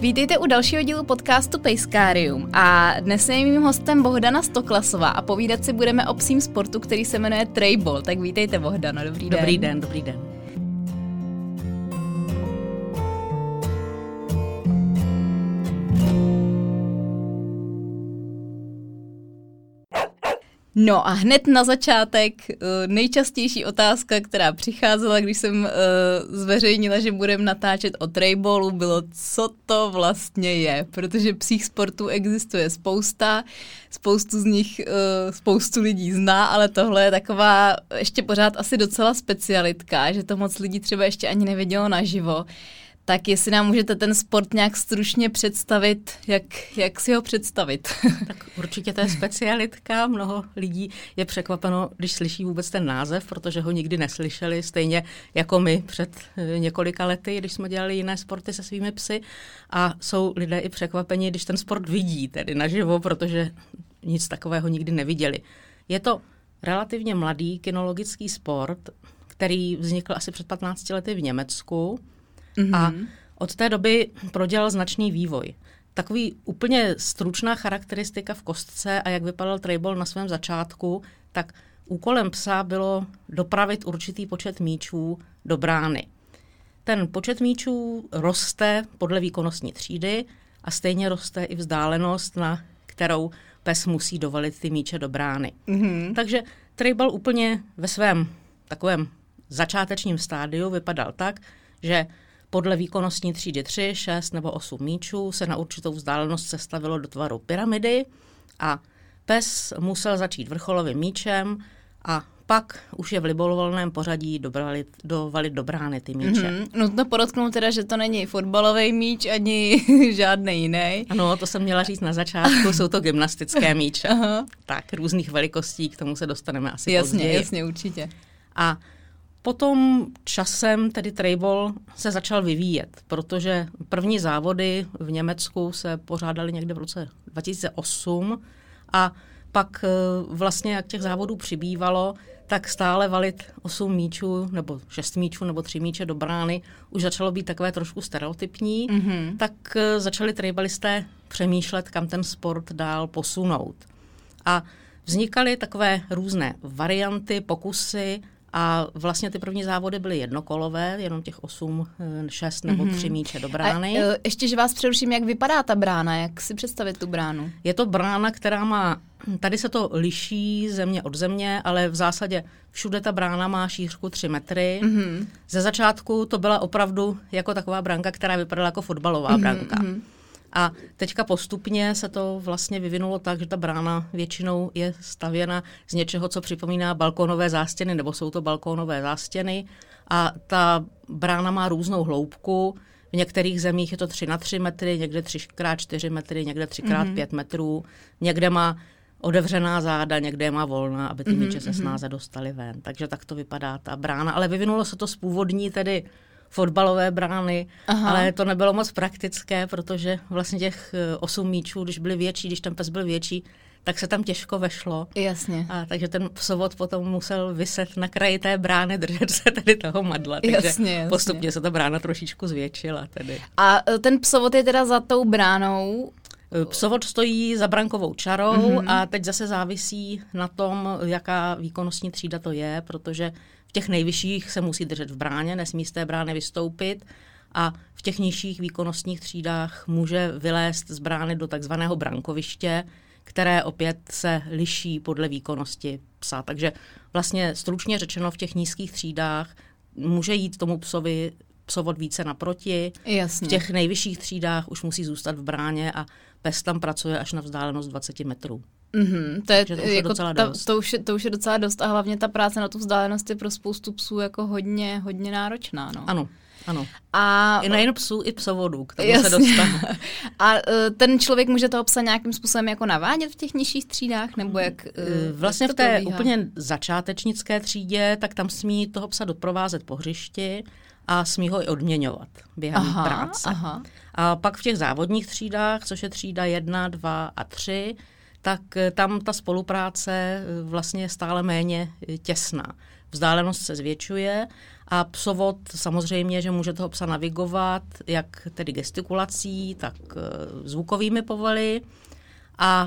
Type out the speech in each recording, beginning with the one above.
Vítejte u dalšího dílu podcastu Pejskárium a dnes je mým hostem Bohdana Stoklasová a povídat si budeme o psím sportu, který se jmenuje Trayball. Tak vítejte, Bohdano, dobrý den. Dobrý den, dobrý den. No a hned na začátek nejčastější otázka, která přicházela, když jsem zveřejnila, že budeme natáčet o Trayballu, bylo, co to vlastně je, protože psích sportů existuje spoustu z nich spoustu lidí zná, ale tohle je taková ještě pořád asi docela specialitka, že to moc lidí třeba ještě ani nevidělo naživo. Tak jestli nám můžete ten sport nějak stručně představit, jak si ho představit? Tak určitě to je specialitka, mnoho lidí je překvapeno, když slyší vůbec ten název, protože ho nikdy neslyšeli, stejně jako my před několika lety, když jsme dělali jiné sporty se svými psy, a jsou lidé i překvapeni, když ten sport vidí, tedy naživo, protože nic takového nikdy neviděli. Je to relativně mladý kynologický sport, který vznikl asi před 15 lety v Německu. A od té doby prodělal značný vývoj. Takový úplně stručná charakteristika v kostce a jak vypadal Trayball na svém začátku, tak úkolem psa bylo dopravit určitý počet míčů do brány. Ten počet míčů roste podle výkonnostní třídy a stejně roste i vzdálenost, na kterou pes musí dovalit ty míče do brány. Takže Trayball úplně ve svém takovém začátečním stádiu vypadal tak, že podle výkonnostní třídy 3, 6 nebo 8 míčů se na určitou vzdálenost sestavilo do tvaru pyramidy a pes musel začít vrcholovým míčem a pak už je v libovolném pořadí dovalit do brány ty míče. Nutno podotknout teda, že to není fotbalový míč ani žádný jiný. Ano, to jsem měla říct na začátku, jsou to gymnastické míče. Tak, různých velikostí, k tomu se dostaneme asi později. Jasně, určitě. A potom časem tedy Trayball se začal vyvíjet, protože první závody v Německu se pořádaly někde v roce 2008 a pak vlastně, jak těch závodů přibývalo, tak stále valit 8 míčů nebo 6 míčů nebo 3 míče do brány už začalo být takové trošku stereotypní, tak začali traybalisté přemýšlet, kam ten sport dál posunout. A vznikaly takové různé varianty, pokusy. A vlastně ty první závody byly jednokolové, jenom těch 8, 6 nebo 3 míče do brány. A ještě, že vás přeruším, jak vypadá ta brána, jak si představit tu bránu? Je to brána, která má, tady se to liší země od země, ale v zásadě všude ta brána má šířku 3 metry. Ze začátku to byla opravdu jako taková branka, která vypadala jako fotbalová branka. A teďka postupně se to vlastně vyvinulo tak, že ta brána většinou je stavěna z něčeho, co připomíná balkónové zástěny, nebo jsou to balkónové zástěny. A ta brána má různou hloubku. V některých zemích je to 3x3 metry, někde 3x4 metry, někde 3x5 metrů. Někde má otevřená záda, někde má volná, aby ty míče se snáze dostaly ven. Takže tak to vypadá ta brána. Ale vyvinulo se to z původní tedy fotbalové brány, ale to nebylo moc praktické, protože vlastně těch 8 míčů, když byly větší, když ten pes byl větší, tak se tam těžko vešlo. Jasně. A takže ten psovod potom musel viset na kraji té brány, držet se tady toho madla. Takže jasně. Postupně se ta brána trošičku zvětšila. Tedy. A ten psovod je teda za tou bránou? Psovod stojí za brankovou čarou a teď zase závisí na tom, jaká výkonnostní třída to je, protože v těch nejvyšších se musí držet v bráně, nesmí z té brány vystoupit a v těch nižších výkonnostních třídách může vylézt z brány do takzvaného brankoviště, které opět se liší podle výkonnosti psa. Takže vlastně stručně řečeno v těch nízkých třídách může jít tomu psovod více naproti. Jasně. V těch nejvyšších třídách už musí zůstat v bráně a pes tam pracuje až na vzdálenost 20 metrů. To je jako docela dost. To už je docela dost a hlavně ta práce na tu vzdálenost je pro spoustu psů jako hodně náročná. No. Ano. A i nejen psů, i psovodů, k tomu se dostane. A ten člověk může toho psa nějakým způsobem jako navádět v těch nižších třídách? Nebo jak? Vlastně v té úplně začátečnické třídě, tak tam smí toho psa doprovázet po hřišti a smí ho i odměňovat během práce. A pak v těch závodních třídách, což je třída 1, 2 a 3, tak tam ta spolupráce vlastně je stále méně těsná. Vzdálenost se zvětšuje A psovod samozřejmě, že může toho psa navigovat, jak tedy gestikulací, tak zvukovými povely a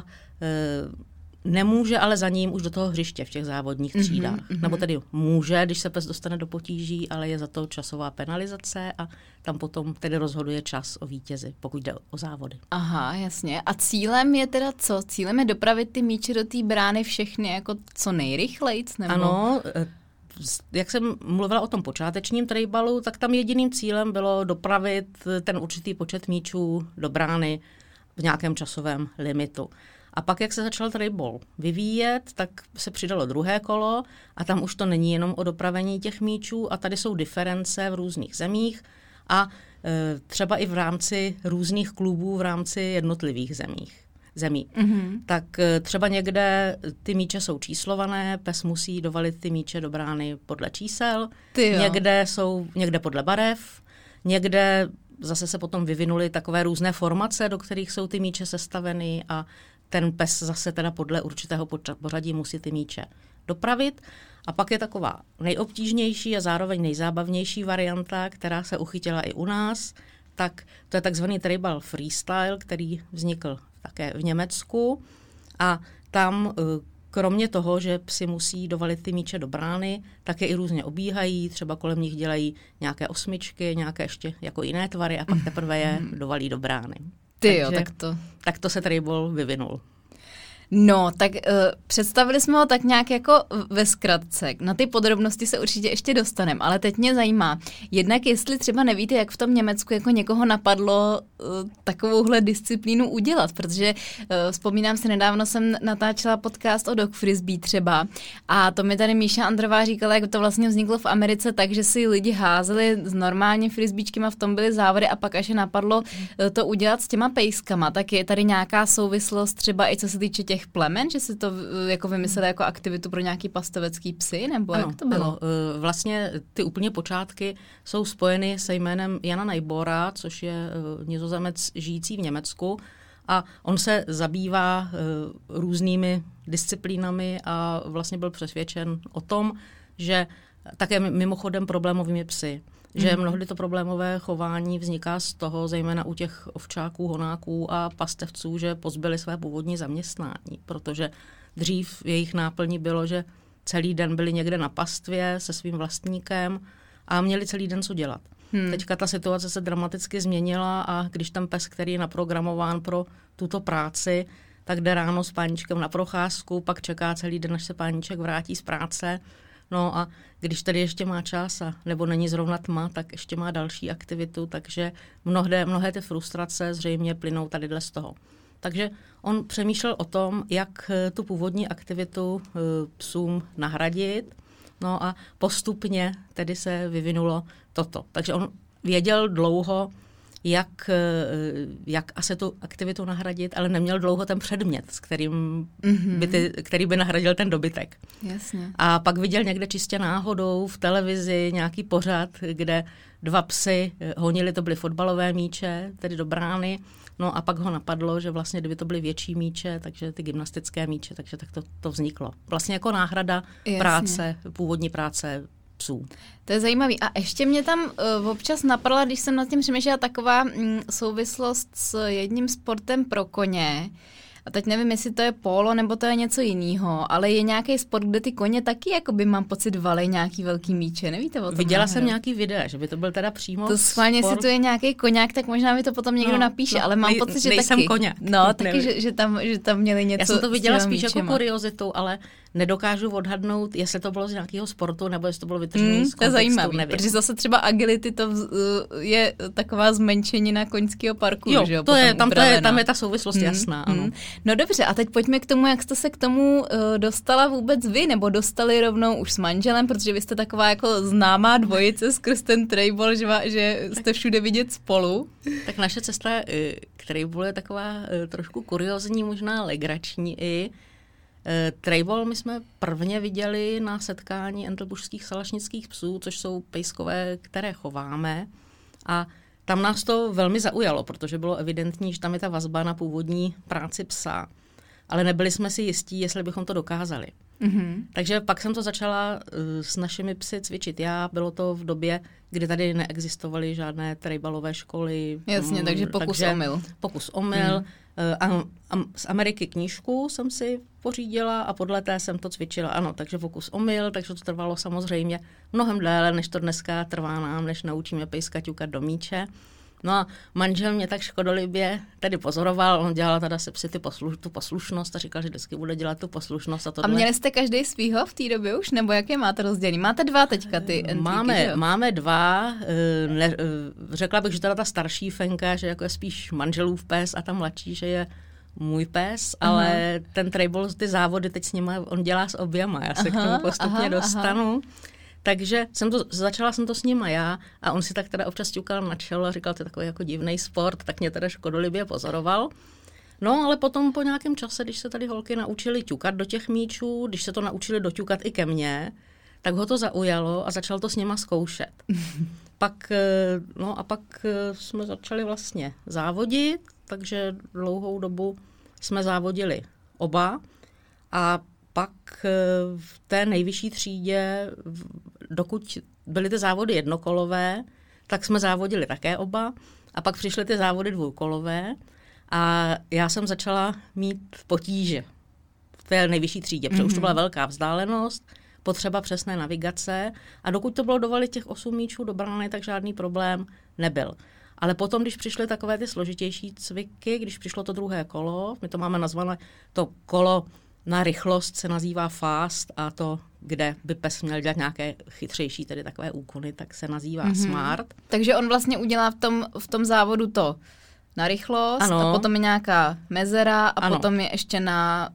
nemůže ale za ním už do toho hřiště v těch závodních třídách. Nebo tedy může, když se pes dostane do potíží, ale je za to časová penalizace a tam potom tedy rozhoduje čas o vítězi, pokud jde o závody. Aha, jasně. A cílem je teda co? Cílem je dopravit ty míče do té brány všechny jako co nejrychlejc? Nebo? Ano, jak jsem mluvila o tom počátečním trejbalu, tak tam jediným cílem bylo dopravit ten určitý počet míčů do brány v nějakém časovém limitu. A pak, jak se začal trejbal vyvíjet, tak se přidalo druhé kolo a tam už to není jenom o dopravení těch míčů a tady jsou diference v různých zemích a třeba i v rámci různých klubů v rámci jednotlivých zemí. Tak třeba někde ty míče jsou číslované, pes musí dovalit ty míče do brány podle čísel, někde podle barev, někde zase se potom vyvinuly takové různé formace, do kterých jsou ty míče sestaveny a ten pes zase teda podle určitého pořadí musí ty míče dopravit. A pak je taková nejobtížnější a zároveň nejzábavnější varianta, která se uchytila i u nás, tak to je takzvaný trejbal freestyle, který vznikl také v Německu a tam kromě toho, že psi musí dovalit ty míče do brány, tak je i různě obíhají, třeba kolem nich dělají nějaké osmičky, nějaké ještě jako jiné tvary a pak teprve je dovalí do brány. Tak to se trejbal vyvinul. No, tak představili jsme ho tak nějak jako ve zkratce. Na ty podrobnosti se určitě ještě dostaneme, ale teď mě zajímá, jednak jestli třeba nevíte, jak v tom Německu jako někoho napadlo takovouhle disciplínu udělat, protože vzpomínám si, nedávno jsem natáčela podcast o dog frisbee třeba a to mi tady Míša Andrová říkala, jak to vlastně vzniklo v Americe, takže si lidi házeli s normálním frisbeečkem a v tom byly závody a pak až je napadlo to udělat s těma pejskama, tak je tady nějaká souvislost třeba i co se týče těch plemen, že si to jako vymysleli jako aktivitu pro nějaký pastovecký psy, nebo ano, jak to bylo? Ano, vlastně ty úplně počátky jsou spojeny se jménem Jana Najbora, což je Nizozemec žijící v Německu a on se zabývá různými disciplínami a vlastně byl přesvědčen o tom, že také mimochodem problémovými psy. Že mnohdy to problémové chování vzniká z toho, zejména u těch ovčáků, honáků a pastevců, že pozbyli své původní zaměstnání, protože dřív jejich náplní bylo, že celý den byli někde na pastvě se svým vlastníkem a měli celý den co dělat. Teďka ta situace se dramaticky změnila a když ten pes, který je naprogramován pro tuto práci, tak jde ráno s páníčkem na procházku, pak čeká celý den, až se páníček vrátí z práce. No a když tady ještě má čas nebo není zrovna tma, tak ještě má další aktivitu, takže mnohé ty frustrace zřejmě plynou tadyhle z toho. Takže on přemýšlel o tom, jak tu původní aktivitu psům nahradit, no a postupně tedy se vyvinulo toto. Takže on věděl dlouho, jak asi tu aktivitu nahradit, ale neměl dlouho ten předmět, s kterým který by nahradil ten dobytek. Jasně. A pak viděl někde čistě náhodou v televizi nějaký pořad, kde dva psy honili, to byly fotbalové míče, tedy do brány, no a pak ho napadlo, že vlastně kdyby to byly větší míče, takže ty gymnastické míče, takže tak to vzniklo. Vlastně jako náhrada práce, původní práce psů. To je zajímavý. A ještě mě tam občas napadla, když jsem nad tím přemýšlela, taková souvislost s jedním sportem pro koně. A teď nevím, jestli to je polo, nebo to je něco jiného, ale je nějaký sport, kde ty koně taky, jakoby mám pocit, valej nějaký velký míče. Nevíte o tom? Viděla jsem nějaký videa, že by to byl teda přímo to schválně, jestli to je nějaký koňák, tak možná mi to potom někdo napíše, ale mám pocit, že nejsem taky. koňák. No, taky, že tam měli něco. Já jsem to viděla spíš jako kuriozitu, ale nedokážu odhadnout, jestli to bylo z nějakého sportu, nebo jestli to bylo vytržené z kontextu. To je zajímavé, protože zase třeba agility to je taková zmenšenina koňského parku, jo, že jo? Tam je ta souvislost jasná, ano. No dobře, a teď pojďme k tomu, jak jste se k tomu dostala vůbec vy, nebo dostali rovnou už s manželem, protože vy jste taková jako známá dvojice skrz ten trejbal, že jste všude vidět spolu. Tak naše cesta k trejbalu je taková trošku kuriózní, možná legrační i. Trejbal my jsme prvně viděli na setkání entlbušských salašnických psů, což jsou pejskové, které chováme. A tam nás to velmi zaujalo, protože bylo evidentní, že tam je ta vazba na původní práci psa. ale nebyli jsme si jistí, jestli bychom to dokázali. Takže pak jsem to začala s našimi psy cvičit já. Bylo to v době, kdy tady neexistovaly žádné trejbalové školy. Jasně, takže omyl. Pokus omyl. A z Ameriky knížku jsem si pořídila a podle té jsem to cvičila. Ano, takže pokus omyl, takže to trvalo samozřejmě mnohem déle, než to dneska trvá nám, než naučíme pejska ťukat do míče. No a manžel mě tak škodolibě tedy pozoroval, on dělal teda se psy tu poslušnost a říkal, že vždycky bude dělat tu poslušnost. A měli jste každý svýho v té době už, nebo jak je máte rozdělení? Máte 2 teďka ty entríky, Máme 2, řekla bych, že teda ta starší Fenka, že jako je spíš manželův pes a ta mladší, že je můj pes, ale ten Treibol, ty závody teď s nima, on dělá s oběma, já se k tomu postupně dostanu. Takže začala jsem to s nima já a on si tak teda občas ťukal na čelo a říkal, to je takový jako divný sport, tak mě teda škodolibě pozoroval. No, ale potom po nějakém čase, když se tady holky naučily ťukat do těch míčů, když se to naučili doťukat i ke mně, tak ho to zaujalo a začal to s nima zkoušet. Pak jsme začali vlastně závodit, takže dlouhou dobu jsme závodili oba a pak v té nejvyšší třídě, dokud byly ty závody jednokolové, tak jsme závodili také oba a pak přišly ty závody dvoukolové a já jsem začala mít potíže v té nejvyšší třídě, protože už to byla velká vzdálenost, potřeba přesné navigace a dokud to bylo dovalit těch 8 míčů do brány, tak žádný problém nebyl. Ale potom, když přišly takové ty složitější cviky, když přišlo to druhé kolo, my to máme nazvané to kolo na rychlost se nazývá fast a to, kde by pes měl dělat nějaké chytřejší, tedy takové úkony, tak se nazývá smart. Takže on vlastně udělá v tom závodu to na rychlost a potom je nějaká mezera a potom je ještě na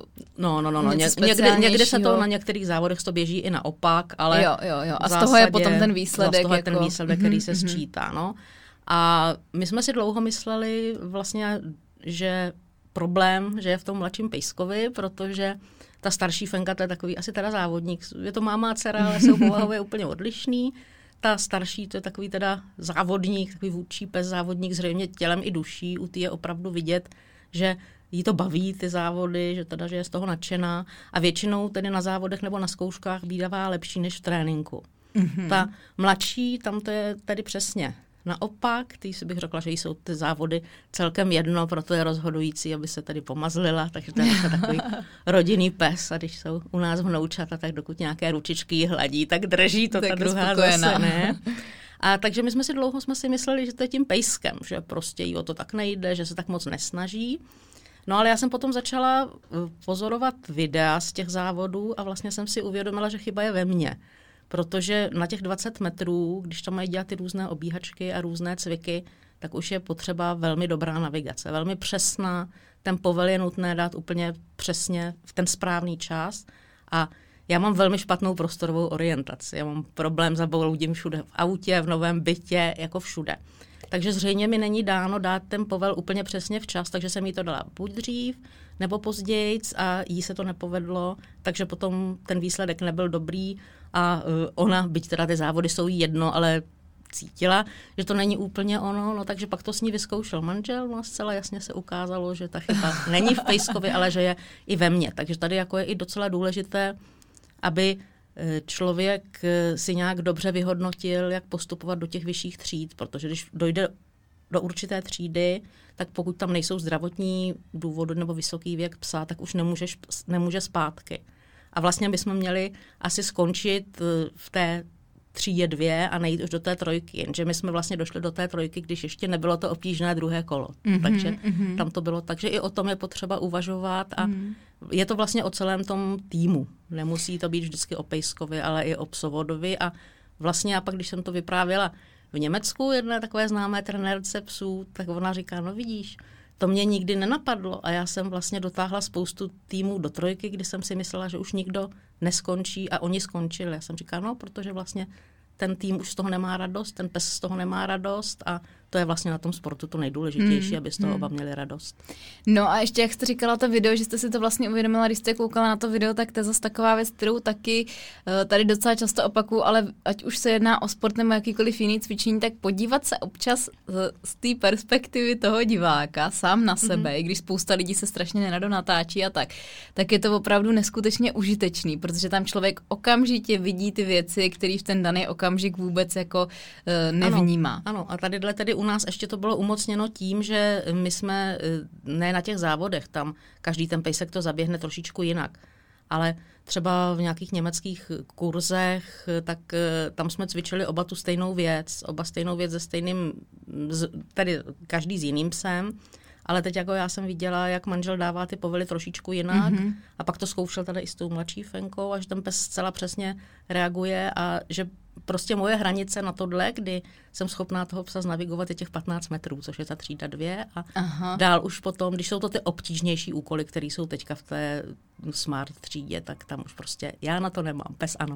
Někdy se to na některých závodech to běží i naopak, ale jo. A z toho je potom ten výsledek. Z toho je ten výsledek, který se sčítá. No. A my jsme si dlouho mysleli vlastně, že problém, že je v tom mladším pejskovi, protože ta starší Fenka, to je takový asi teda závodník, je to máma a dcera, ale jsou povahově úplně odlišný. Ta starší, to je takový teda závodník, takový vůdčí pes, závodník zřejmě tělem i duší, u té je opravdu vidět, že jí to baví ty závody, že je z toho nadšená a většinou tedy na závodech nebo na zkouškách bývá lepší než v tréninku. Ta mladší, tam to je tedy přesně naopak, si bych řekla, že jsou ty závody celkem jedno, proto je rozhodující, aby se tady pomazlila, takže to je takový rodinný pes a když jsou u nás vnoučata, tak dokud nějaké ručičky jí hladí, tak drží to, tak ta druhá zase ne. A takže my jsme si mysleli, že to je tím pejskem, že prostě jí o to tak nejde, že se tak moc nesnaží. No ale já jsem potom začala pozorovat videa z těch závodů a vlastně jsem si uvědomila, že chyba je ve mně. Protože na těch 20 metrů, když tam mají dělat ty různé obíhačky a různé cviky, tak už je potřeba velmi dobrá navigace, velmi přesná. Ten povel je nutné dát úplně přesně v ten správný čas. A já mám velmi špatnou prostorovou orientaci. Já mám problém zabloudím všude, v autě, v novém bytě, jako všude. Takže zřejmě mi není dáno dát ten povel úplně přesně včas, takže jsem jí to dala buď dřív, nebo později a jí se to nepovedlo, takže potom ten výsledek nebyl dobrý a ona, byť teda ty závody jsou jí jedno, ale cítila, že to není úplně ono, no takže pak to s ní vyzkoušel manžel, no zcela jasně se ukázalo, že ta chyba není v pejskovi, ale že je i ve mně. Takže tady jako je i docela důležité, aby člověk si nějak dobře vyhodnotil, jak postupovat do těch vyšších tříd, protože když dojde do určité třídy, tak pokud tam nejsou zdravotní důvody nebo vysoký věk psa, tak už nemůže zpátky. A vlastně bychom měli asi skončit v té třídě 2 a nejít už do té 3, jenže my jsme vlastně došli do té 3, když ještě nebylo to obtížné druhé kolo. Takže tam to bylo, takže i o tom je potřeba uvažovat a je to vlastně o celém tom týmu. Nemusí to být vždycky o pejskovi, ale i o psovodovi a vlastně a pak, když jsem to vyprávěla v Německu jedné takové známé trenérce psů, tak ona říká, no vidíš, to mě nikdy nenapadlo a já jsem vlastně dotáhla spoustu týmů do 3, kdy jsem si myslela, že už nikdo neskončí a oni skončili. Já jsem říkala, no, protože vlastně ten tým už z toho nemá radost, ten pes z toho nemá radost a to je vlastně na tom sportu to nejdůležitější, aby z toho oba měli radost. No a ještě, jak jste říkala to video, že jste si to vlastně uvědomila, když jste koukala na to video, tak to je zase taková věc, kterou taky tady docela často opakuju, ale ať už se jedná o sport nebo jakýkoliv jiný cvičení, tak podívat se občas z té perspektivy toho diváka sám na sebe, i když spousta lidí se strašně nerado natáčí a tak je to opravdu neskutečně užitečný, protože tam člověk okamžitě vidí ty věci, které v ten daný okamžik vůbec jako nevnímá. Ano, a tadyhle tedy u nás ještě to bylo umocněno tím, že my jsme ne na těch závodech, tam každý ten pejsek to zaběhne trošičku jinak, ale třeba v nějakých německých kurzech, tak tam jsme cvičili oba tu stejnou věc se stejným, tedy každý s jiným psem, ale teď jako já jsem viděla, jak manžel dává ty povely trošičku jinak a pak to zkoušel tady i s tou mladší Fenkou a že ten pes zcela přesně reaguje a že prostě moje hranice na tohle, kdy jsem schopná toho psa znavigovat je těch 15 metrů, což je ta třída 2 a dál už potom, když jsou to ty obtížnější úkoly, které jsou teďka v té smart třídě, tak tam už prostě já na to nemám, pes ano.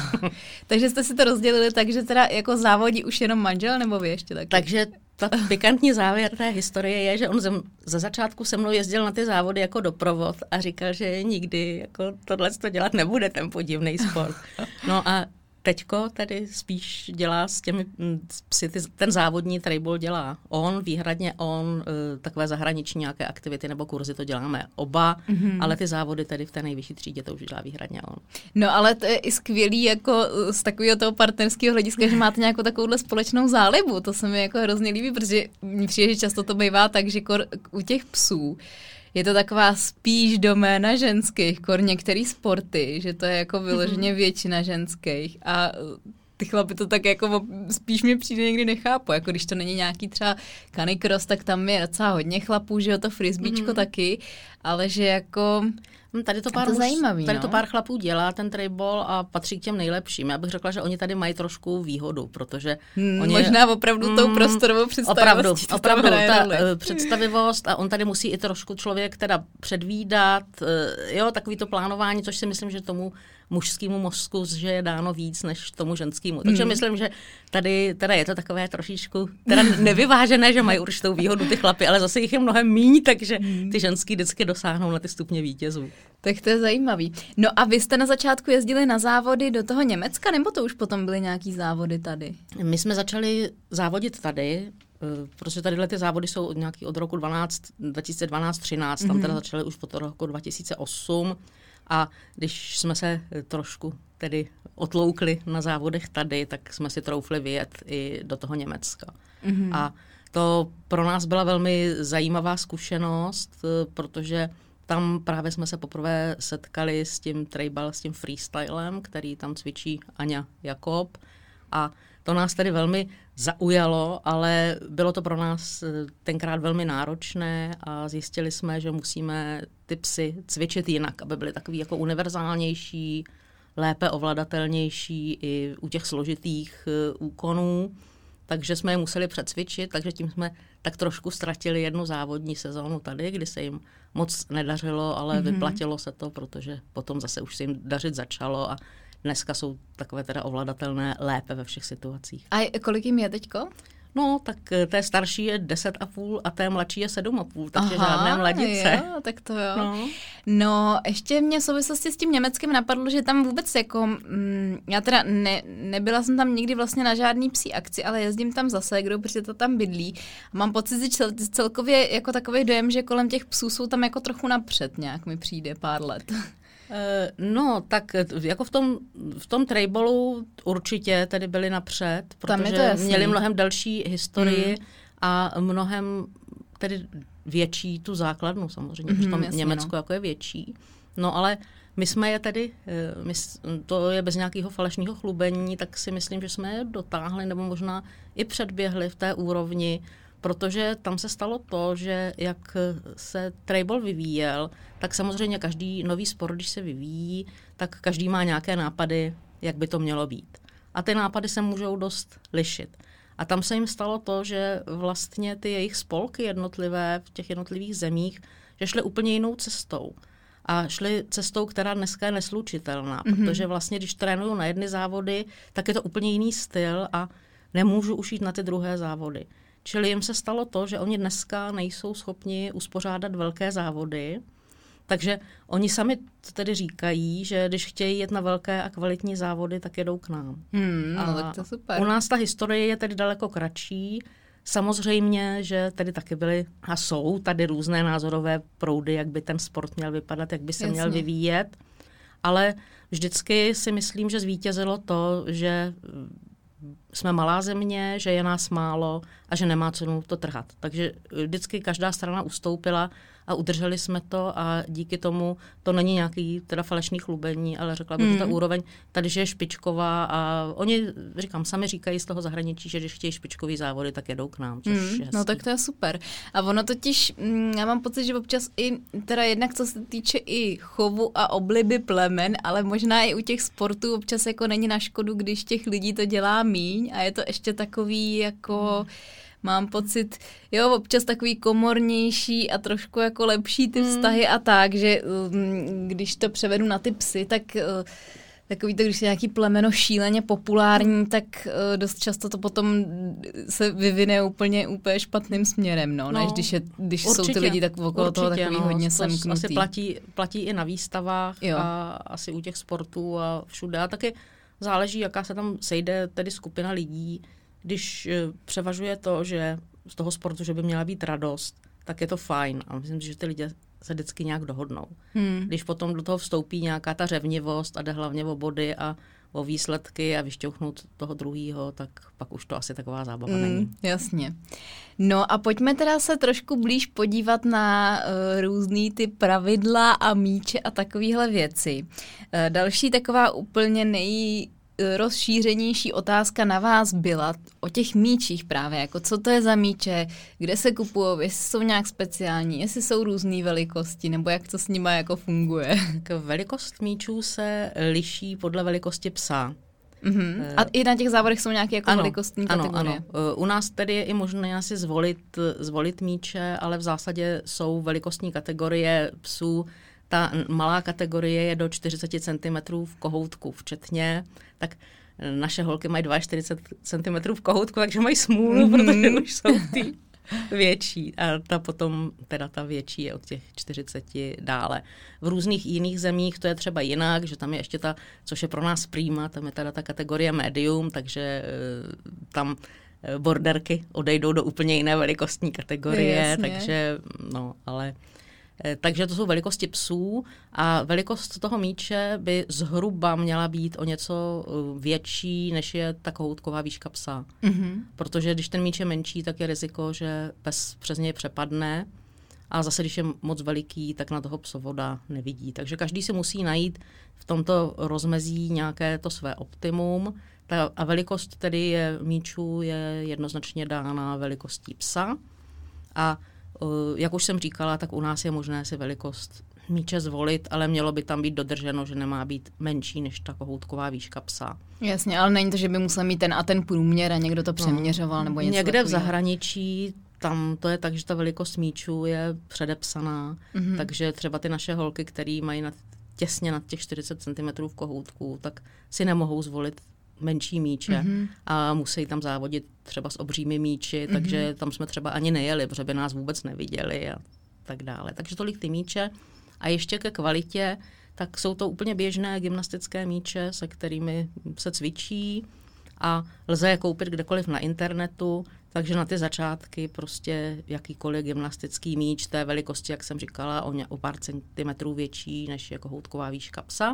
Takže jste si to rozdělili tak, že teda jako závodí už jenom manžel nebo vy ještě taky? Takže ta pikantní závěr té historie je, že on ze začátku se mnou jezdil na ty závody jako doprovod a říkal, že nikdy jako tohle to dělat nebude, ten podivný sport. No a teďko tedy spíš dělá s těmi psy, ten závodní trejbol dělá on, výhradně on, takové zahraniční nějaké aktivity nebo kurzy to děláme oba, ale ty závody tedy v té nejvyšší třídě to už dělá výhradně on. No ale to je i skvělý jako z takového toho partnerského hlediska, že máte nějakou takovouhle společnou zálibu, to se mi jako hrozně líbí, protože mně přijde, že často to bývá tak, že u těch psů je to taková spíš doména ženských, některý sporty, že to je jako vyloženě většina ženských a ty chlapi to tak jako spíš mi přijde někdy nechápu, jako když to není nějaký třeba canicross, tak tam je docela hodně chlapů, že jo, to frisbeečko taky, ale že jako Tady to pár chlapů dělá ten trejbol a patří k těm nejlepším. Já bych řekla, že oni tady mají trošku výhodu, protože oni možná opravdu tou prostorovou představivostí. Opravdu ta představivost a on tady musí i trošku člověk teda předvídat, jo, takový to plánování, což si myslím, že tomu mužskému mozku, že je dáno víc než tomu ženskému. Takže myslím, že tady teda je to takové trošičku teda nevyvážené, že mají určitou výhodu ty chlapy, ale zase jich je mnohem míň, takže ty ženský vždycky dosáhnou na ty stupně vítězů. Tak to je zajímavý. No a vy jste na začátku jezdili na závody do toho Německa, nebo to už potom byly nějaký závody tady? My jsme začali závodit tady, protože tadyhle ty závody jsou nějaký od roku 2012-13, tam teda začaly už po roku 2008 a když jsme se trošku tedy otloukli na závodech tady, tak jsme si troufli vyjet i do toho Německa. A to pro nás byla velmi zajímavá zkušenost, protože tam právě jsme se poprvé setkali s tím trejbal, s tím freestylem, který tam cvičí Aňa Jakob a to nás tedy velmi zaujalo, ale bylo to pro nás tenkrát velmi náročné a zjistili jsme, že musíme ty psy cvičit jinak, aby byly takový jako univerzálnější, lépe ovladatelnější i u těch složitých úkonů. Takže jsme je museli přecvičit, takže tím jsme tak trošku ztratili jednu závodní sezónu tady, kdy se jim moc nedařilo, ale vyplatilo se to, protože potom zase už se jim dařit začalo a dneska jsou takové teda ovladatelné lépe ve všech situacích. A kolik jim je teďko? No, tak té starší je 10,5 a té mladší je 7,5, takže žádné mladice. Jo, tak to jo. No, ještě mě v souvislosti s tím Německým napadlo, že tam vůbec jako, já teda nebyla jsem tam nikdy vlastně na žádný psí akci, ale jezdím tam za ségrou, protože to tam bydlí. A mám pocit, že celkově jako takový dojem, že kolem těch psů jsou tam jako trochu napřed nějak mi přijde pár let. No, tak jako v tom trejbolu určitě tedy byli napřed, protože měli mnohem delší historii a mnohem tedy větší tu základnu samozřejmě, protože tam Německo jako je větší. No ale my jsme je tedy, to je bez nějakého falešného chlubení, tak si myslím, že jsme je dotáhli nebo možná i předběhli v té úrovni, protože tam se stalo to, že jak se trejbol vyvíjel, tak samozřejmě každý nový sport, když se vyvíjí, tak každý má nějaké nápady, jak by to mělo být. A ty nápady se můžou dost lišit. A tam se jim stalo to, že vlastně ty jejich spolky jednotlivé v těch jednotlivých zemích, že šly úplně jinou cestou. A šli cestou, která dneska je neslučitelná, protože vlastně, když trénuju na jedny závody, tak je to úplně jiný styl a nemůžu už jít na ty druhé závody. Čili jim se stalo to, že oni dneska nejsou schopni uspořádat velké závody, takže oni sami tedy říkají, že když chtějí jet na velké a kvalitní závody, tak jedou k nám. No, tak to super. U nás ta historie je tedy daleko kratší. Samozřejmě, že tady taky byly a jsou tady různé názorové proudy, jak by ten sport měl vypadat, jak by se měl vyvíjet, ale vždycky si myslím, že zvítězilo to, že jsme malá země, že je nás málo a že nemá cenu to trhat. Takže vždycky každá strana ustoupila a udrželi jsme to a díky tomu to není nějaký teda falešný chlubení, ale řekla bych, že ta úroveň tady, že je špičková a oni, říkám, sami říkají z toho zahraničí, že když chtějí špičkový závody, tak jedou k nám, což je hezký. No tak to je super. A ono totiž, já mám pocit, že občas i, teda jednak co se týče i chovu a obliby plemen, ale možná i u těch sportů občas jako není na škodu, když těch lidí to dělá míň a je to ještě takový jako... Mám pocit, jo, občas takový komornější a trošku jako lepší ty vztahy a tak, že když to převedu na ty psy, tak takový to, když je nějaký plemeno šíleně populární, tak dost často to potom se vyvine úplně špatným směrem, než když určitě, jsou ty lidi tak okolo toho takový hodně semknutý. Asi platí i na výstavách a asi u těch sportů a všude. A taky záleží, jaká se tam sejde tedy skupina lidí. Když převažuje to, že z toho sportu, že by měla být radost, tak je to fajn. A myslím, že ty lidé se vždycky nějak dohodnou. Když potom do toho vstoupí nějaká ta řevnivost a jde hlavně o body a o výsledky a vyšťouchnout toho druhýho, tak pak už to asi taková zábava není. Jasně. No a pojďme teda se trošku blíž podívat na různý ty pravidla a míče a takovéhle věci. Další taková úplně rozšířenější otázka na vás byla o těch míčích právě, jako co to je za míče, kde se kupujou, jestli jsou nějak speciální, jestli jsou různé velikosti, nebo jak to s nima jako funguje. Velikost míčů se liší podle velikosti psa. A i na těch závodech jsou nějaké jako velikostní kategorie? Ano. U nás tedy je i možné asi zvolit míče, ale v zásadě jsou velikostní kategorie psů. Ta malá kategorie je do 40 cm v kohoutku včetně, tak naše holky mají 42 cm v kohoutku, takže mají smůlu, protože už jsou ty větší. A ta větší je od těch 40 dále. V různých jiných zemích to je třeba jinak, že tam je ještě což je pro nás prima, tam je teda ta kategorie medium, takže tam borderky odejdou do úplně jiné velikostní kategorie, takže to jsou velikosti psů a velikost toho míče by zhruba měla být o něco větší, než je ta kohoutková výška psa. Protože když ten míč je menší, tak je riziko, že pes přes něj přepadne a zase, když je moc veliký, tak na toho psovoda nevidí. Takže každý si musí najít v tomto rozmezí nějaké to své optimum. A velikost tedy míčů je jednoznačně dána velikostí psa a jak už jsem říkala, tak u nás je možné si velikost míče zvolit, ale mělo by tam být dodrženo, že nemá být menší než ta kohoutková výška psa. Jasně, ale není to, že by musel mít ten průměr a někdo to přeměřoval nebo něco někde takového. V zahraničí tam to je tak, že ta velikost míčů je předepsaná, takže třeba ty naše holky, které mají těsně nad těch 40 cm v kohoutku, tak si nemohou zvolit menší míče a musí tam závodit třeba s obřími míči, takže tam jsme třeba ani nejeli, protože by nás vůbec neviděli a tak dále. Takže tolik ty míče. A ještě ke kvalitě, tak jsou to úplně běžné gymnastické míče, se kterými se cvičí a lze je koupit kdekoliv na internetu, takže na ty začátky prostě jakýkoliv gymnastický míč té velikosti, jak jsem říkala, o pár centimetrů větší než je kohoutková výška psa.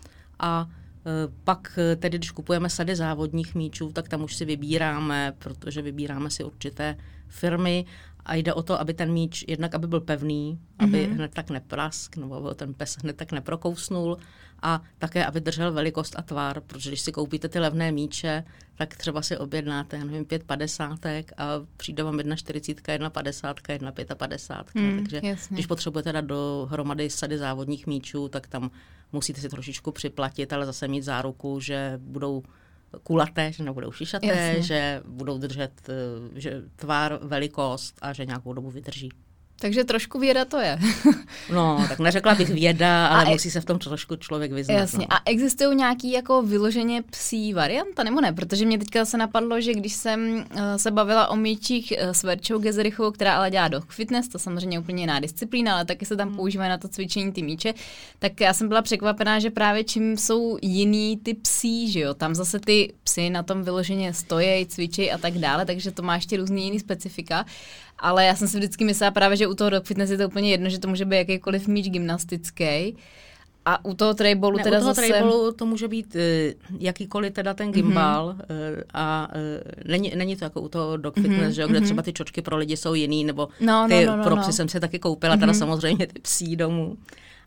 A pak tedy, když kupujeme sady závodních míčů, tak tam už si vybíráme, protože vybíráme si určité firmy a jde o to, aby ten míč jednak aby byl pevný, aby hned tak neprask, nebo aby ten pes hned tak neprokousnul a také, aby držel velikost a tvar, protože když si koupíte ty levné míče, tak třeba si objednáte, 5 padesátek a přijde vám 1,40, 1,50, 1,55. Takže jasně. Když potřebujete dát dohromady sady závodních míčů, tak tam musíte si trošičku připlatit, ale zase mít záruku, že budou kulaté, že nebudou šišaté, jasně. Že budou držet že tvar, velikost a že nějakou dobu vydrží. Takže trošku věda to je. No, tak neřekla bych věda, ale musí se v tom trošku člověk vyznat. Jasně. No. A existují nějaký jako vyloženě psí varianta, nebo ne? Protože mě teďka se napadlo, že když jsem se bavila o míčích s Verčou Gezerichovou, která ale dělá dog fitness, to samozřejmě úplně jiná disciplína, ale taky se tam používají na to cvičení ty míče, tak já jsem byla překvapená, že právě čím jsou jiný ty psí, že jo? Tam zase ty psy na tom vyloženě stojí, cvičí a tak dále, takže to má ještě různý jiný specifika. Ale já jsem si vždycky myslela právě, že u toho dog fitness je to úplně jedno, že to může být jakýkoliv míč gymnastický. A u toho trayballu teda zase... U toho trayballu to může být jakýkoliv teda ten gimbal a není to jako u toho dog fitness, že jo, kde třeba ty čočky pro lidi jsou jiný, nebo ty pro psy jsem si taky koupila, teda samozřejmě ty psí domů.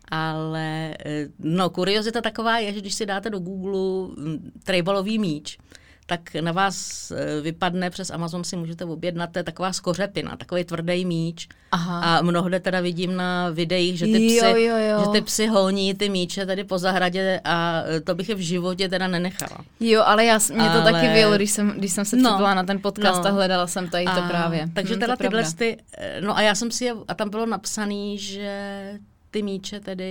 Ale kuriozita taková je, že když si dáte do Google trayballový míč, tak na vás vypadne přes Amazon, si můžete objednat, to je taková skořepina, takový tvrdý míč. Aha. A mnohde teda vidím na videích, že ty psy honí ty míče tady po zahradě a to bych je v životě teda nenechala. Jo, ale mě to taky vyjelo, když jsem se připojila na ten podcast a hledala jsem tady to právě. Takže teda tyhle a já jsem si a tam bylo napsaný, že ty míče tedy,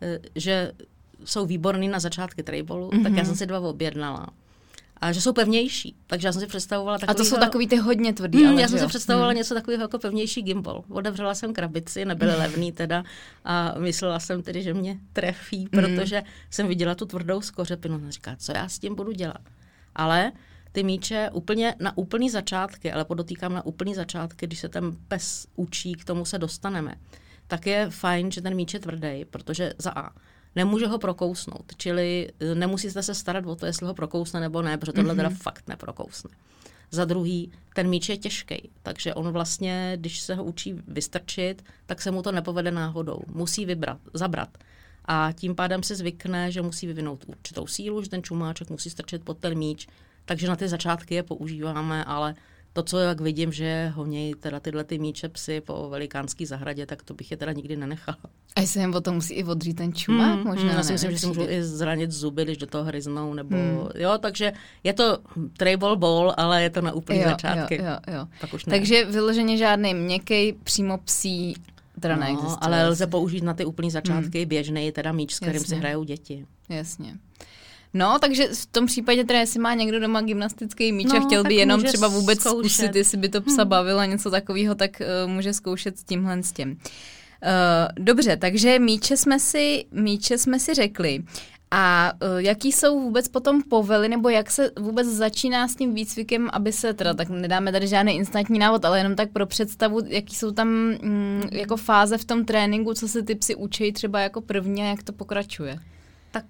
že jsou výborný na začátky trayballu, tak já jsem si 2 objednala. A že jsou pevnější, takže já jsem si představovala takový... A to jsou takový ty hodně tvrdý, ale já jsem si představovala něco takového jako pevnější gimbal. Otevřela jsem krabici, nebyly levný teda a myslela jsem tedy, že mě trefí, protože jsem viděla tu tvrdou skořepinu a říká, co já s tím budu dělat. Ale ty míče na úplný začátky, ale podotýkám na úplný začátky, když se ten pes učí, k tomu se dostaneme, tak je fajn, že ten míč je tvrdý, protože za A nemůže ho prokousnout, čili nemusíte se starat o to, jestli ho prokousne nebo ne, protože tohle teda fakt neprokousne. Za druhý, ten míč je těžký, takže on vlastně, když se ho učí vystrčit, tak se mu to nepovede náhodou. Musí zabrat. A tím pádem se zvykne, že musí vyvinout určitou sílu, že ten čumáček musí strčit pod ten míč, takže na ty začátky je používáme, ale to, co jak vidím, že honějí teda tyhle ty míče psy po velikánský zahradě, tak to bych je teda nikdy nenechala. A jestli jim potom musí i odřít ten čumák možná, já si myslím, že si můžou i zranit zuby, když do toho hryznou, nebo jo, takže je to trayball, ale je to na úplný začátky. Jo. Takže vyloženě žádný měkkej, přímo psí teda neexistuje. Ale lze použít na ty úplný začátky běžný teda míč, s kterým si hrajou děti. Jasně. No, takže v tom případě teda, jestli má někdo doma gymnastický míč a chtěl by jenom třeba vůbec zkusit, jestli by to psa bavilo něco takového, tak může zkoušet s tímhle s tím. Dobře, takže míče jsme si řekli. A jaký jsou vůbec potom povely, nebo jak se vůbec začíná s tím výcvikem, aby se teda, tak nedáme tady žádný instantní návod, ale jenom tak pro představu, jaký jsou tam jako fáze v tom tréninku, co se ty psy učí třeba jako první a jak to pokračuje? Tak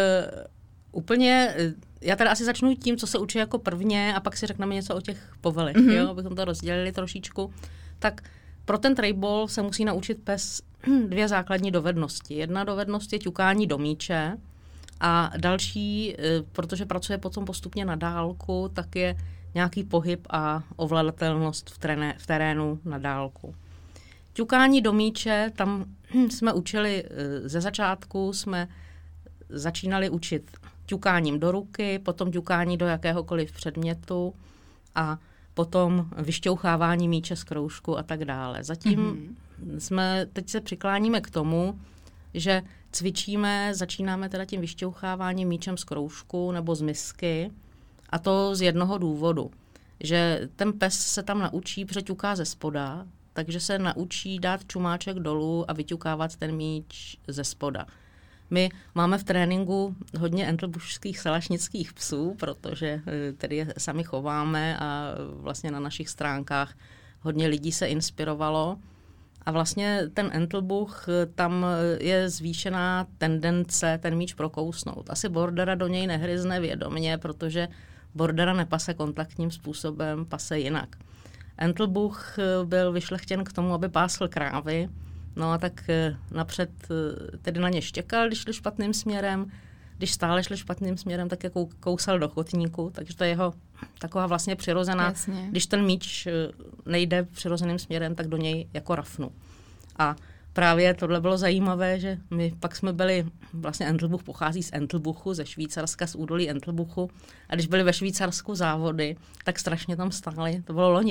úplně, já teda asi začnu tím, co se učí jako prvně a pak si řekneme něco o těch povelech, jo, abychom to rozdělili trošičku. Tak pro ten trayball se musí naučit pes 2 základní dovednosti. Jedna dovednost je ťukání do míče a další, protože pracuje potom postupně na dálku, tak je nějaký pohyb a ovladatelnost v terénu na dálku. Ťukání do míče, tam jsme učili ze začátku, jsme začínali učit ťukáním do ruky, potom ťukání do jakéhokoliv předmětu a potom vyšťouchávání míče z kroužku a tak dále. Zatím teď se přikláníme k tomu, že začínáme teda tím vyšťoucháváním míčem z kroužku nebo z misky a to z jednoho důvodu, že ten pes se tam naučí, protože ťuká ze spoda, takže se naučí dát čumáček dolů a vyťukávat ten míč ze spoda. My máme v tréninku hodně entlbušských salašnických psů, protože tedy je sami chováme a vlastně na našich stránkách hodně lidí se inspirovalo. A vlastně ten entlbuch, tam je zvýšená tendence ten míč prokousnout. Asi bordera do něj nehryzne vědomě, protože bordera nepase kontaktním způsobem, pase jinak. Entlbuch byl vyšlechtěn k tomu, aby pásl krávy, no a tak napřed tedy na ně štěkal, když šli špatným směrem. Když stále šli špatným směrem, tak je kousal do chodníku, takže to je jeho taková vlastně přirozená. Jasně. Když ten míč nejde přirozeným směrem, tak do něj jako rafnu. A právě tohle bylo zajímavé, že my pak jsme byli, vlastně Entlbuch pochází z Entlbuchu, ze Švýcarska, z údolí Entlbuchu. A když byli ve Švýcarsku závody, tak strašně tam stáli, to bylo loni,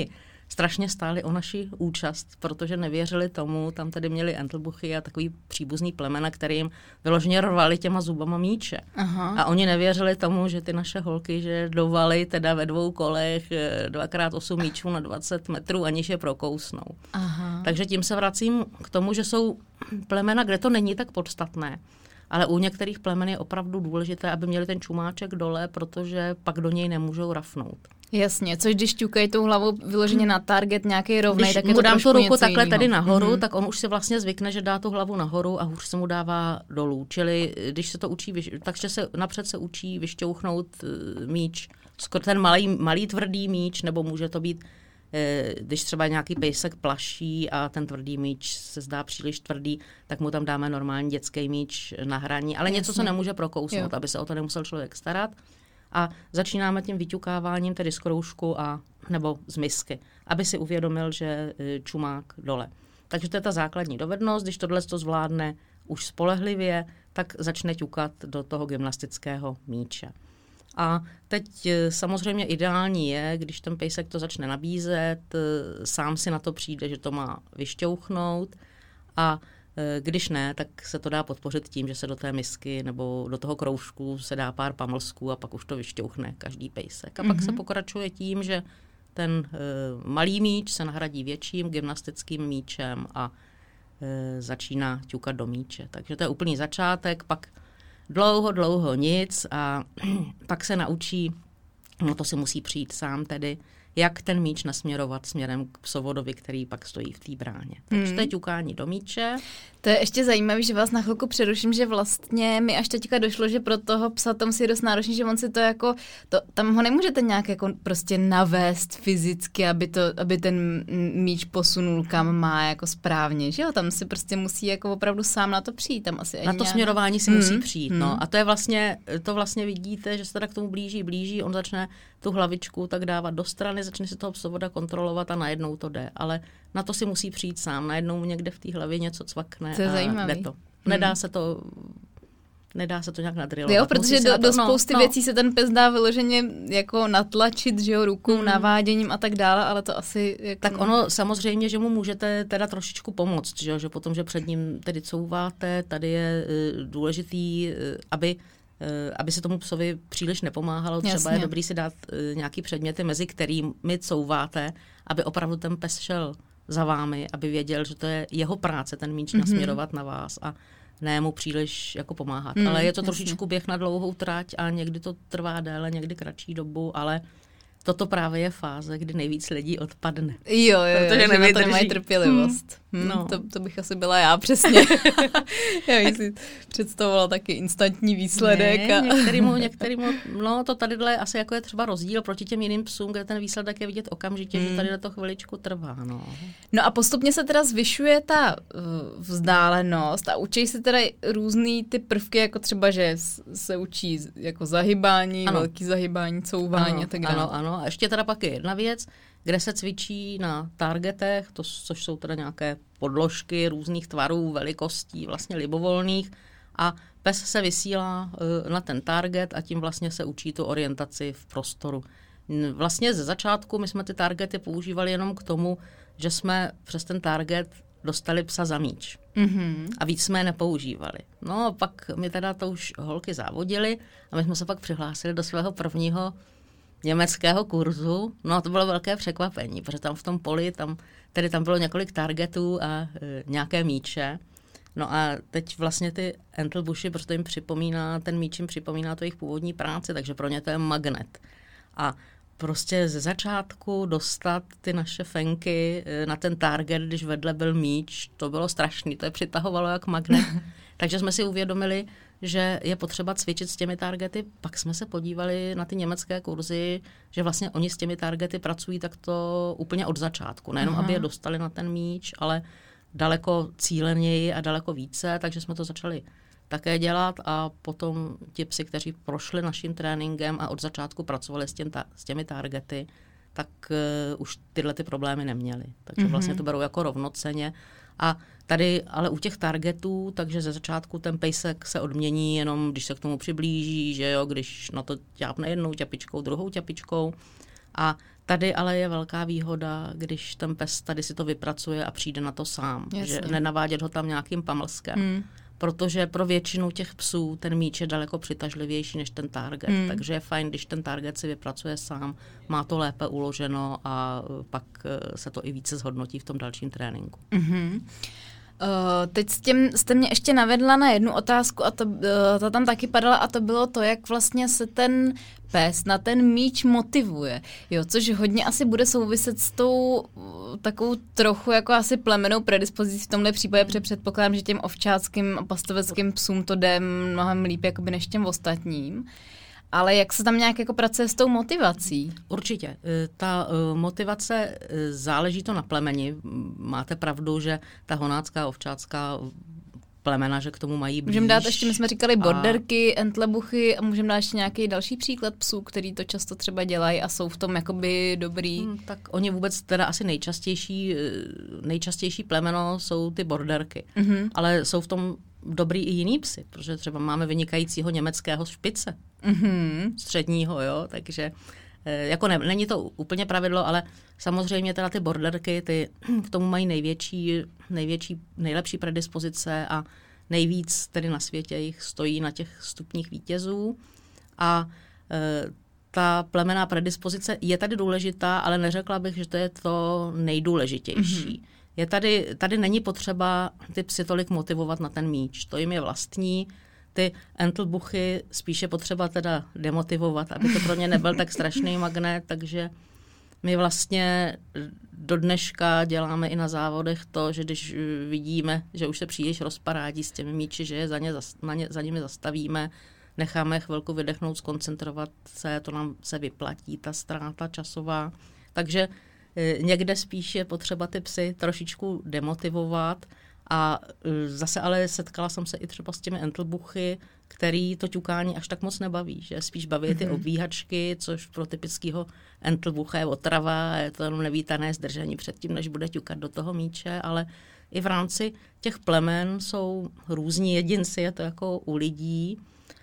strašně stáli o naši účast, protože nevěřili tomu, tam tedy měli Entlebuchy a takový příbuzný plemena, který jim vyloženě rvali těma zubama míče. Aha. A oni nevěřili tomu, že ty naše holky, že dovaly teda ve 2 kolech 2x8 míčů na 20 metrů, aniž je prokousnou. Aha. Takže tím se vracím k tomu, že jsou plemena, kde to není tak podstatné. Ale u některých plemen je opravdu důležité, aby měli ten čumáček dole, protože pak do něj nemůžou rafnout. Jasně, což když ťukají tou hlavou vyloženě na target nějaký rovnej, tak je to trošku tu ruku takhle jinýho. tady nahoru, tak on už si vlastně zvykne, že dá tu hlavu nahoru a hůř se mu dává dolů. Čili když se to učí, takže se napřed se učí vyšťouchnout míč, ten malý tvrdý míč, nebo může to být, když třeba nějaký pejsek plaší a ten tvrdý míč se zdá příliš tvrdý, tak mu tam dáme normální dětský míč na hraní, ale něco, co nemůže prokousnout, aby se o to nemusel člověk starat. A začínáme tím vyťukáváním tedy z kroužku nebo z misky, aby si uvědomil, že čumák dole. Takže to je ta základní dovednost, když tohle to zvládne už spolehlivě, tak začne ťukat do toho gymnastického míče. A teď samozřejmě ideální je, když ten pejsek to začne nabízet, sám si na to přijde, že to má vyšťouchnout a když ne, tak se to dá podpořit tím, že se do té misky nebo do toho kroužku se dá pár pamlsků a pak už to vyšťouchne každý pejsek. A pak se pokračuje tím, že ten malý míč se nahradí větším gymnastickým míčem a začíná ťukat do míče. Takže to je úplný začátek, pak dlouho nic a pak se naučí, no to si musí přijít sám tedy, jak ten míč nasměrovat směrem k psovodovi, který pak stojí v té bráně. Takže to je ťukání do míče. To je ještě zajímavé, že vás na chvilku přeruším, že vlastně mi až teďka došlo, že pro toho psa tom si je dost náročný, že on si to jako, tam ho nemůžete nějak jako prostě navést fyzicky, aby ten míč posunul kam má jako správně, že jo? Tam si prostě musí jako opravdu sám na to přijít. Tam asi na to směrování si musí přijít, no. A to je vlastně vidíte, že se teda k tomu blíží, on začne tu hlavičku tak dávat do strany, začne si toho psovoda kontrolovat a najednou to jde. Ale na to si musí přijít sám. Najednou mu někde v té hlavě něco cvakne a jde to. Nedá se to nějak nadrilovat. Jo, protože do spousty věcí se ten pes dá vyloženě jako natlačit, že jo, rukou, naváděním a tak dále, ale to asi... Jako... Tak ono samozřejmě, že mu můžete teda trošičku pomoct, že potom, že před ním tedy couváte, tady je důležitý, aby se tomu psovi příliš nepomáhalo. Třeba Jasně. je dobrý si dát nějaký předměty, mezi kterými couváte, aby opravdu ten pes šel za vámi, aby věděl, že to je jeho práce ten míč nasměrovat na vás a ne mu příliš jako pomáhat. Ale je to trošičku běh na dlouhou trať a někdy to trvá déle, někdy kratší dobu, ale toto právě je fáze, kdy nejvíc lidí odpadne. Jo, protože na to nemají trpělivost. No. To bych asi byla já, přesně. Já bych si představovala taky instantní výsledek. Ne, některýmu, no to tadyhle asi jako je třeba rozdíl proti těm jiným psům, kde ten výsledek je vidět okamžitě, že tady na to chviličku trvá. No a postupně se teda zvyšuje ta vzdálenost a učí se teda různý ty prvky, jako třeba, že se učí jako zahybání, velký zahybání, couvání a tak dále. Ano. A ještě teda pak je jedna věc, kde se cvičí na targetech, což jsou teda nějaké podložky různých tvarů, velikostí, vlastně libovolných a pes se vysílá na ten target a tím vlastně se učí tu orientaci v prostoru. Vlastně ze začátku my jsme ty targety používali jenom k tomu, že jsme přes ten target dostali psa za míč. A víc jsme je nepoužívali. No a pak mi teda to už holky závodily a my jsme se pak přihlásili do svého prvního německého kurzu. No a to bylo velké překvapení, protože tam v tom poli, tam bylo několik targetů a nějaké míče. No a teď vlastně ty Entlebuchy, protože ten míč jim připomíná to jejich původní práci, takže pro ně to je magnet. A prostě ze začátku dostat ty naše fenky na ten target, když vedle byl míč, to bylo strašný, to je přitahovalo jak magnet. Takže jsme si uvědomili, že je potřeba cvičit s těmi targety. Pak jsme se podívali na ty německé kurzy, že vlastně oni s těmi targety pracují takto úplně od začátku. Nejenom, aby je dostali na ten míč, ale daleko cíleněji a daleko více, takže jsme to začali také dělat a potom ti psi, kteří prošli naším tréninkem a od začátku pracovali s těmi targety, tak už tyhle ty problémy neměli. Takže vlastně to berou jako rovnocenně. A tady ale u těch targetů, takže ze začátku ten pejsek se odmění jenom, když se k tomu přiblíží, že jo, když na to ťápne jednou ťapičkou, druhou ťapičkou. A Tady ale je velká výhoda, když ten pes tady si to vypracuje a přijde na to sám. Jasně. Že nenavádět ho tam nějakým pamlskem. Protože pro většinu těch psů ten míč je daleko přitažlivější než ten target. Takže je fajn, když ten target si vypracuje sám, má to lépe uloženo a pak se to i více zhodnotí v tom dalším tréninku. Teď jste mě ještě navedla na jednu otázku a ta tam taky padala a to bylo to, jak vlastně se ten pes na ten míč motivuje. Jo, což hodně asi bude souviset s tou takovou trochu jako asi plemennou predispozicí v tomhle případě, protože předpokládám, že těm ovčáckým a pastoveckým psům to jde mnohem líp jakoby než těm ostatním. Ale jak se tam nějak jako pracuje s tou motivací? Určitě. Ta motivace, záleží to na plemeni. Máte pravdu, že ta honácká, ovčácká plemena, že k tomu mají blíž. Můžeme dát ještě, my jsme říkali borderky, entlebuchy a můžeme dát ještě nějaký další příklad psů, který to často třeba dělají a jsou v tom jakoby dobrý. Tak oni vůbec teda asi nejčastější plemeno jsou ty borderky. Ale jsou v tom dobrý i jiný psy, protože třeba máme vynikajícího německého špice. Středního, jo, takže jako není to úplně pravidlo, ale samozřejmě teda ty borderky, ty k tomu mají nejlepší predispozice a nejvíc tedy na světě jich stojí na těch stupních vítězů a ta plemenná predispozice je tady důležitá, ale neřekla bych, že to je to nejdůležitější. Je tady není potřeba ty psy tolik motivovat na ten míč, to jim je vlastní. Ty entlebuchy spíše potřeba teda demotivovat, aby to pro ně nebyl tak strašný magnet, takže my vlastně do dneška děláme i na závodech to, že když vidíme, že už se příliš rozparádí s těmi míči, že je za nimi zastavíme, necháme chvilku vydechnout, zkoncentrovat se, to nám se vyplatí, ta ztráta časová. Takže někde spíš je potřeba ty psy trošičku demotivovat a zase ale setkala jsem se i třeba s těmi entlebuchy, který to ťukání až tak moc nebaví, že spíš baví ty obvíhačky, což pro typického entlebucha je otrava, je to jenom nevítané zdržení předtím, než bude ťukat do toho míče, ale i v rámci těch plemen jsou různí jedinci, je to jako u lidí.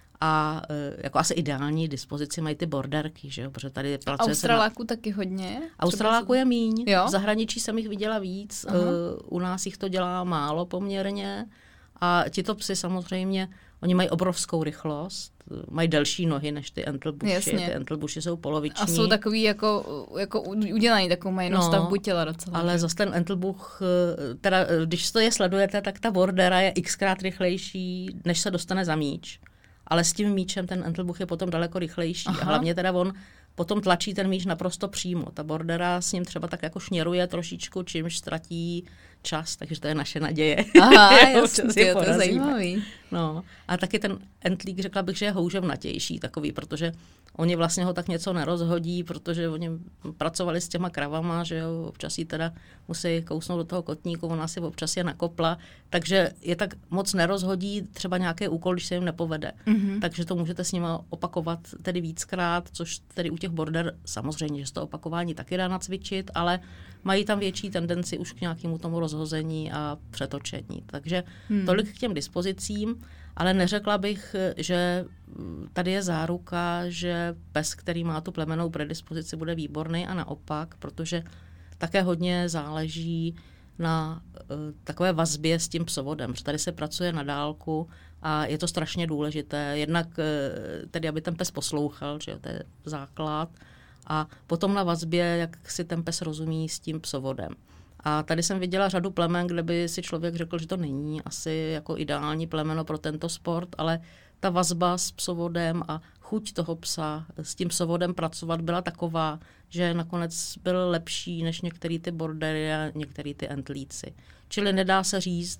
A jako asi ideální dispozici mají ty borderky, že jo, protože tady pracuje Australáků taky hodně? Australáků je míň, jo? V zahraničí jsem jich viděla víc, u nás jich to dělá málo poměrně a tito psi samozřejmě, oni mají obrovskou rychlost, mají delší nohy než ty entlebuši, ty entlebuši jsou poloviční. A jsou takový jako udělaný, takovou mají stavbu těla docela. Ale zase ten entlebuch, teda když to je sledujete, tak ta bordera je xkrát rychlejší, než se dostane za míč. Ale s tím míčem ten entlebuch je potom daleko rychlejší. A hlavně teda on potom tlačí ten míč naprosto přímo. Ta bordera s ním třeba tak jako šněruje trošičku, čímž ztratí čas, takže to je naše naděje. Aha, jasně, to je zajímavý. No, a taky ten entlík, řekla bych, že je houževnatější takový, protože oni vlastně ho tak něco nerozhodí, protože oni pracovali s těma kravama, že jo, občas jí teda musí kousnout do toho kotníku, ona si občas je nakopla, takže je tak moc nerozhodí třeba nějaký úkol, když se jim nepovede. Takže to můžete s nima opakovat tedy víckrát, což tedy u těch border samozřejmě, že se to opakování taky dá nacvičit, ale mají tam větší tendenci už k nějakému tomu rozhození a přetočení. Takže tolik k těm dispozicím, ale neřekla bych, že tady je záruka, že pes, který má tu plemennou predispozici, bude výborný a naopak, protože také hodně záleží na takové vazbě s tím psovodem, protože tady se pracuje na dálku a je to strašně důležité. Jednak tedy, aby ten pes poslouchal, že to je základ, a potom na vazbě, jak si ten pes rozumí s tím psovodem. A tady jsem viděla řadu plemen, kde by si člověk řekl, že to není asi jako ideální plemeno pro tento sport, ale ta vazba s psovodem a chuť toho psa s tím psovodem pracovat byla taková, že nakonec byl lepší než některý ty bordery a některý ty entlíci. Čili nedá se říct,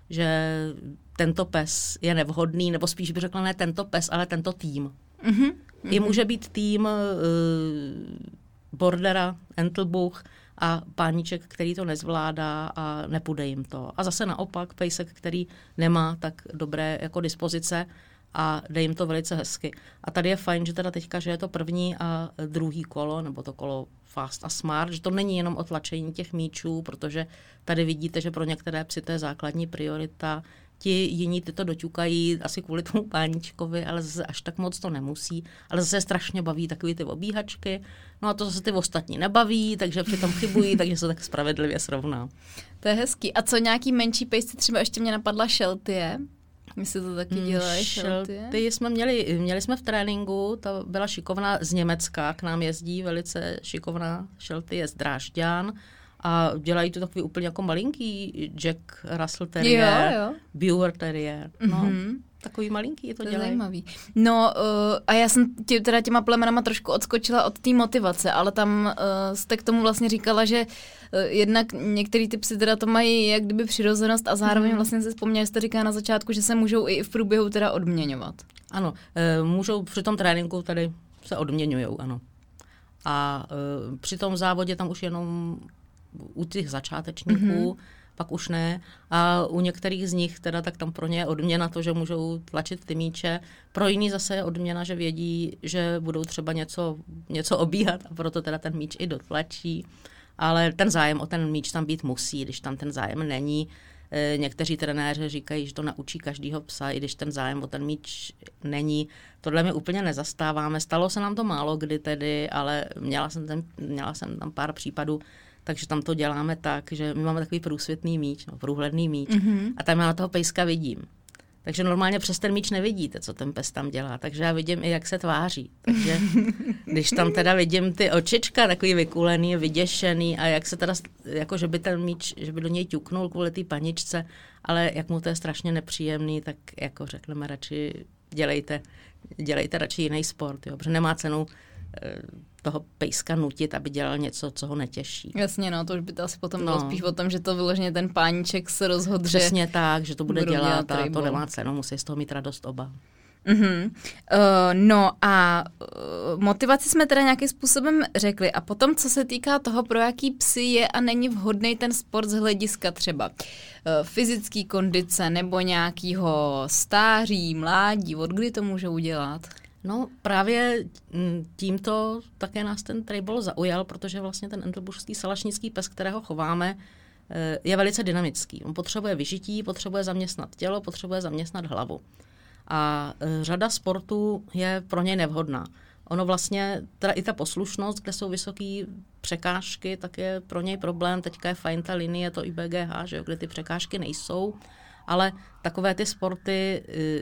že tento pes je nevhodný, nebo spíš by řekla ne tento pes, ale tento tým. I může být tým bordera, entlebuch a páníček, který to nezvládá a nepůjde jim to. A zase naopak pejsek, který nemá tak dobré jako dispozice a jde jim to velice hezky. A tady je fajn, že teda teďka, že je to první a druhý kolo, nebo to kolo Fast a Smart, že to není jenom o tlačení těch míčů, protože tady vidíte, že pro některé psy to je základní priorita, ti jiní ty to doťukají asi kvůli tomu páníčkovi, ale zase až tak moc to nemusí. Ale zase strašně baví takový ty obíhačky. No a to zase ty ostatní nebaví, takže přitom chybují, takže se tak spravedlivě srovná. To je hezký. A co nějaký menší pejsci, třeba ještě mě napadla šeltie? My si to taky dělají, šeltie? Ty jsme měli jsme v tréninku, to byla šikovná z Německa, k nám jezdí velice šikovná šeltie z Drážďan. A dělají to takový úplně jako malinký Jack Russell Terrier, Buer Terrier. No, takový malinký to dělají. Zajímavý. No a já jsem těma plemenama trošku odskočila od té motivace, ale tam jste k tomu vlastně říkala, že jednak některý ty psy teda to mají jak kdyby přirozenost a zároveň vlastně se vzpomněla, že jste říkala na začátku, že se můžou i v průběhu teda odměňovat. Ano, můžou při tom tréninku tady se odměňujou, ano. A při tom závodě tam už jenom u těch začátečníků, pak už ne. A u některých z nich teda tak tam pro ně je odměna to, že můžou tlačit ty míče. Pro jiný zase je odměna, že vědí, že budou třeba něco obíhat a proto teda ten míč i dotlačí. Ale ten zájem o ten míč tam být musí, když tam ten zájem není. Někteří trenéři říkají, že to naučí každýho psa, i když ten zájem o ten míč není. Tohle my úplně nezastáváme. Stalo se nám to málo kdy tedy, ale měla jsem tam pár případů, takže tam to děláme tak, že my máme takový průsvitný míč, průhledný míč a tam já na toho pejska vidím. Takže normálně přes ten míč nevidíte, co ten pes tam dělá, takže já vidím i, jak se tváří. Takže když tam teda vidím ty očička takový vykulený, vyděšený a jak se teda, jako že by ten míč, že by do něj ťuknul kvůli té paničce, ale jak mu to je strašně nepříjemný, tak jako řekneme radši dělejte radši jiný sport, jo, protože nemá cenu toho pejska nutit, aby dělal něco, co ho netěší. Jasně, no, to už by to asi potom bylo spíš o tom, že to vyloženě ten páníček se rozhodl, přesně tak, že to bude dělat a to nemá cenu, musí z toho mít radost oba. No a motivaci jsme teda nějakým způsobem řekli a potom, co se týká toho, pro jaký psy je a není vhodný ten sport z hlediska třeba fyzické kondice nebo nějakého stáří, mládí, od kdy to můžou dělat? No právě tímto také nás ten trejbol zaujal, protože vlastně ten entlebušský salašnický pes, kterého chováme, je velice dynamický. On potřebuje vyžití, potřebuje zaměstnat tělo, potřebuje zaměstnat hlavu. A řada sportů je pro něj nevhodná. Ono vlastně, teda i ta poslušnost, kde jsou vysoké překážky, tak je pro něj problém. Teďka je fajn ta linie, to IBGH, že jo, kde ty překážky nejsou, ale takové ty sporty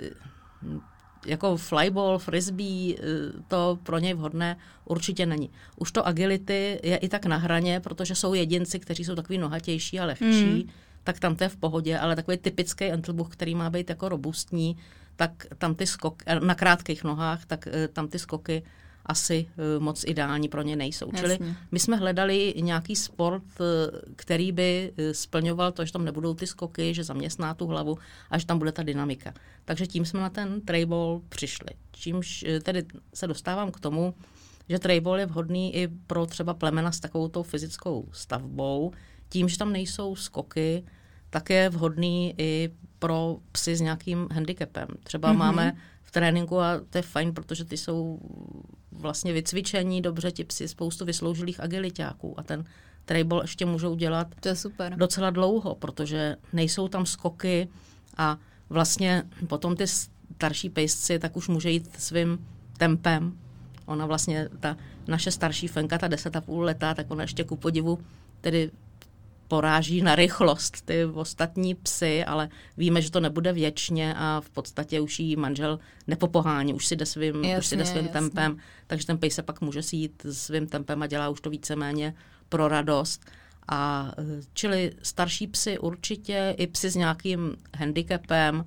jako flyball, frisbee, to pro něj vhodné určitě není. Už to agility je i tak na hraně, protože jsou jedinci, kteří jsou takový nohatější a lehčí, tak tam to je v pohodě, ale takový typický entlebuch, který má být jako robustní, tak tam ty skoky, na krátkých nohách, tak tam ty skoky asi moc ideální pro ně nejsou. Jasně. Čili my jsme hledali nějaký sport, který by splňoval to, že tam nebudou ty skoky, že zaměstná tu hlavu a že tam bude ta dynamika. Takže tím jsme na ten trejbol přišli. Čímž tedy se dostávám k tomu, že trejbol je vhodný i pro třeba plemena s takovou fyzickou stavbou. Tím, že tam nejsou skoky, tak je vhodný i pro psy s nějakým handicapem. Třeba máme v tréninku a to je fajn, protože ty jsou vlastně vycvičení dobře, ti psi, spoustu vysloužilých agiliťáků a ten trejbol ještě můžou dělat to je super. Docela dlouho, protože nejsou tam skoky a vlastně potom ty starší pejsci tak už může jít svým tempem. Ona vlastně, ta naše starší Fenka, ta 10,5 letá, tak ona ještě ku podivu tedy poráží na rychlost ty ostatní psy, ale víme, že to nebude věčně a v podstatě už jí manžel nepopohání, už si jde svým tempem, takže ten pejs se pak může si jít svým tempem a dělá už to víceméně pro radost. A čili starší psy určitě, i psy s nějakým handicapem,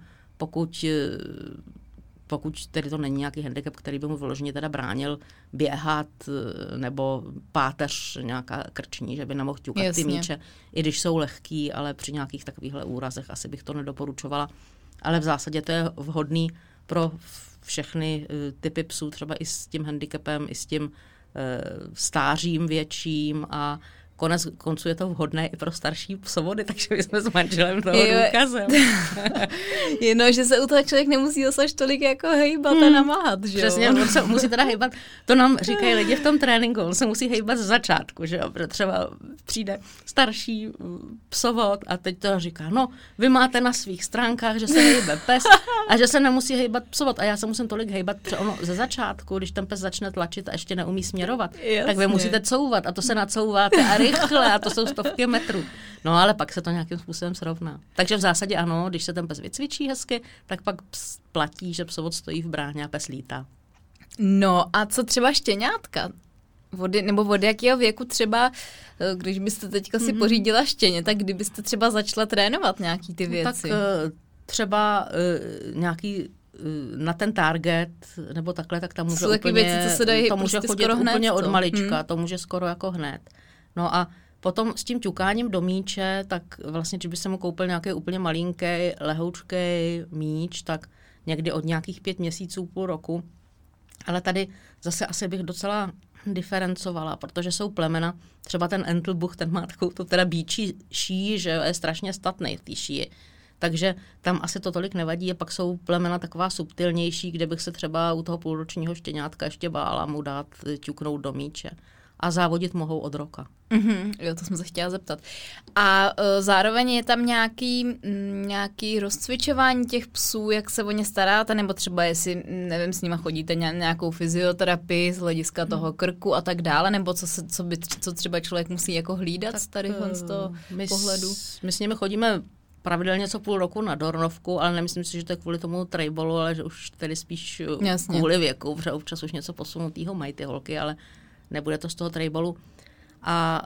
pokud tedy to není nějaký handicap, který by mu vyloženě teda bránil běhat, nebo páteř nějaká krční, že by nemohl ťukat ty míče, i když jsou lehký, ale při nějakých takovýchhle úrazech asi bych to nedoporučovala. Ale v zásadě to je vhodný pro všechny typy psů, třeba i s tím handicapem, i s tím stářím větším a konec konců je to vhodné i pro starší psovody, takže my jsme s manželem toho důkazem. Jenom, že se u toho člověk nemusí zase tolik jako hejbat a namáhat, že jo? Přesně, on se musí teda hejbat, to nám říkají lidi v tom tréninku, on se musí hejbat z začátku, že jo, protože třeba přijde starší psovod a teď to říká, no, vy máte na svých stránkách, že se hejbe pes a že se nemusí hejbat psovod a já se musím tolik hejbat, protože ono ze začátku, když ten pes začne tlačit a ještě neumí směrovat, tak vy musíte couvat a to se nacouváte a rychle a to jsou stovky metrů. No ale pak se to nějakým způsobem srovná. Takže v zásadě ano, když se ten pes vycvičí hezky, tak pak platí, že psovod stojí v bráně a pes lítá. No a co třeba štěňátka? Od jakého věku třeba, když byste teďka si pořídila štěně, tak kdybyste třeba začala trénovat nějaký ty věci? Tak třeba nějaký na ten target, nebo takhle, tak tam může úplně, věci, co se dají to může prostě chodit skoro úplně hned, od malička, to může skoro jako hned. No a potom s tím ťukáním do míče, tak vlastně, když by se mu koupil nějaký úplně malinký, lehoučký míč, tak někdy od nějakých 5 měsíců, půl roku. Ale tady zase asi bych docela diferencovala, protože jsou plemena, třeba ten Entlebuch, ten má takovou tu teda bíčí šíji, že je strašně statnej v té šíji. Takže tam asi to tolik nevadí a pak jsou plemena taková subtilnější, kde bych se třeba u toho půlročního štěňátka ještě bála mu dát ťuknout do míče. A závodit mohou od roka. Jo, to jsem se chtěla zeptat. A zároveň je tam nějaký rozcvičování těch psů, jak se o ně staráte, nebo třeba jestli, nevím, s nima chodíte nějakou fyzioterapii z hlediska toho krku a tak dále, nebo co třeba člověk musí jako hlídat tak, z tady z toho pohledu? My s nimi chodíme pravidelně co půl roku na Dornovku, ale nemyslím si, že to je kvůli tomu trejbolu, ale že už tedy spíš kvůli věku, protože občas už něco posunutýho mají ty holky, ale nebude to z toho trejbolu. A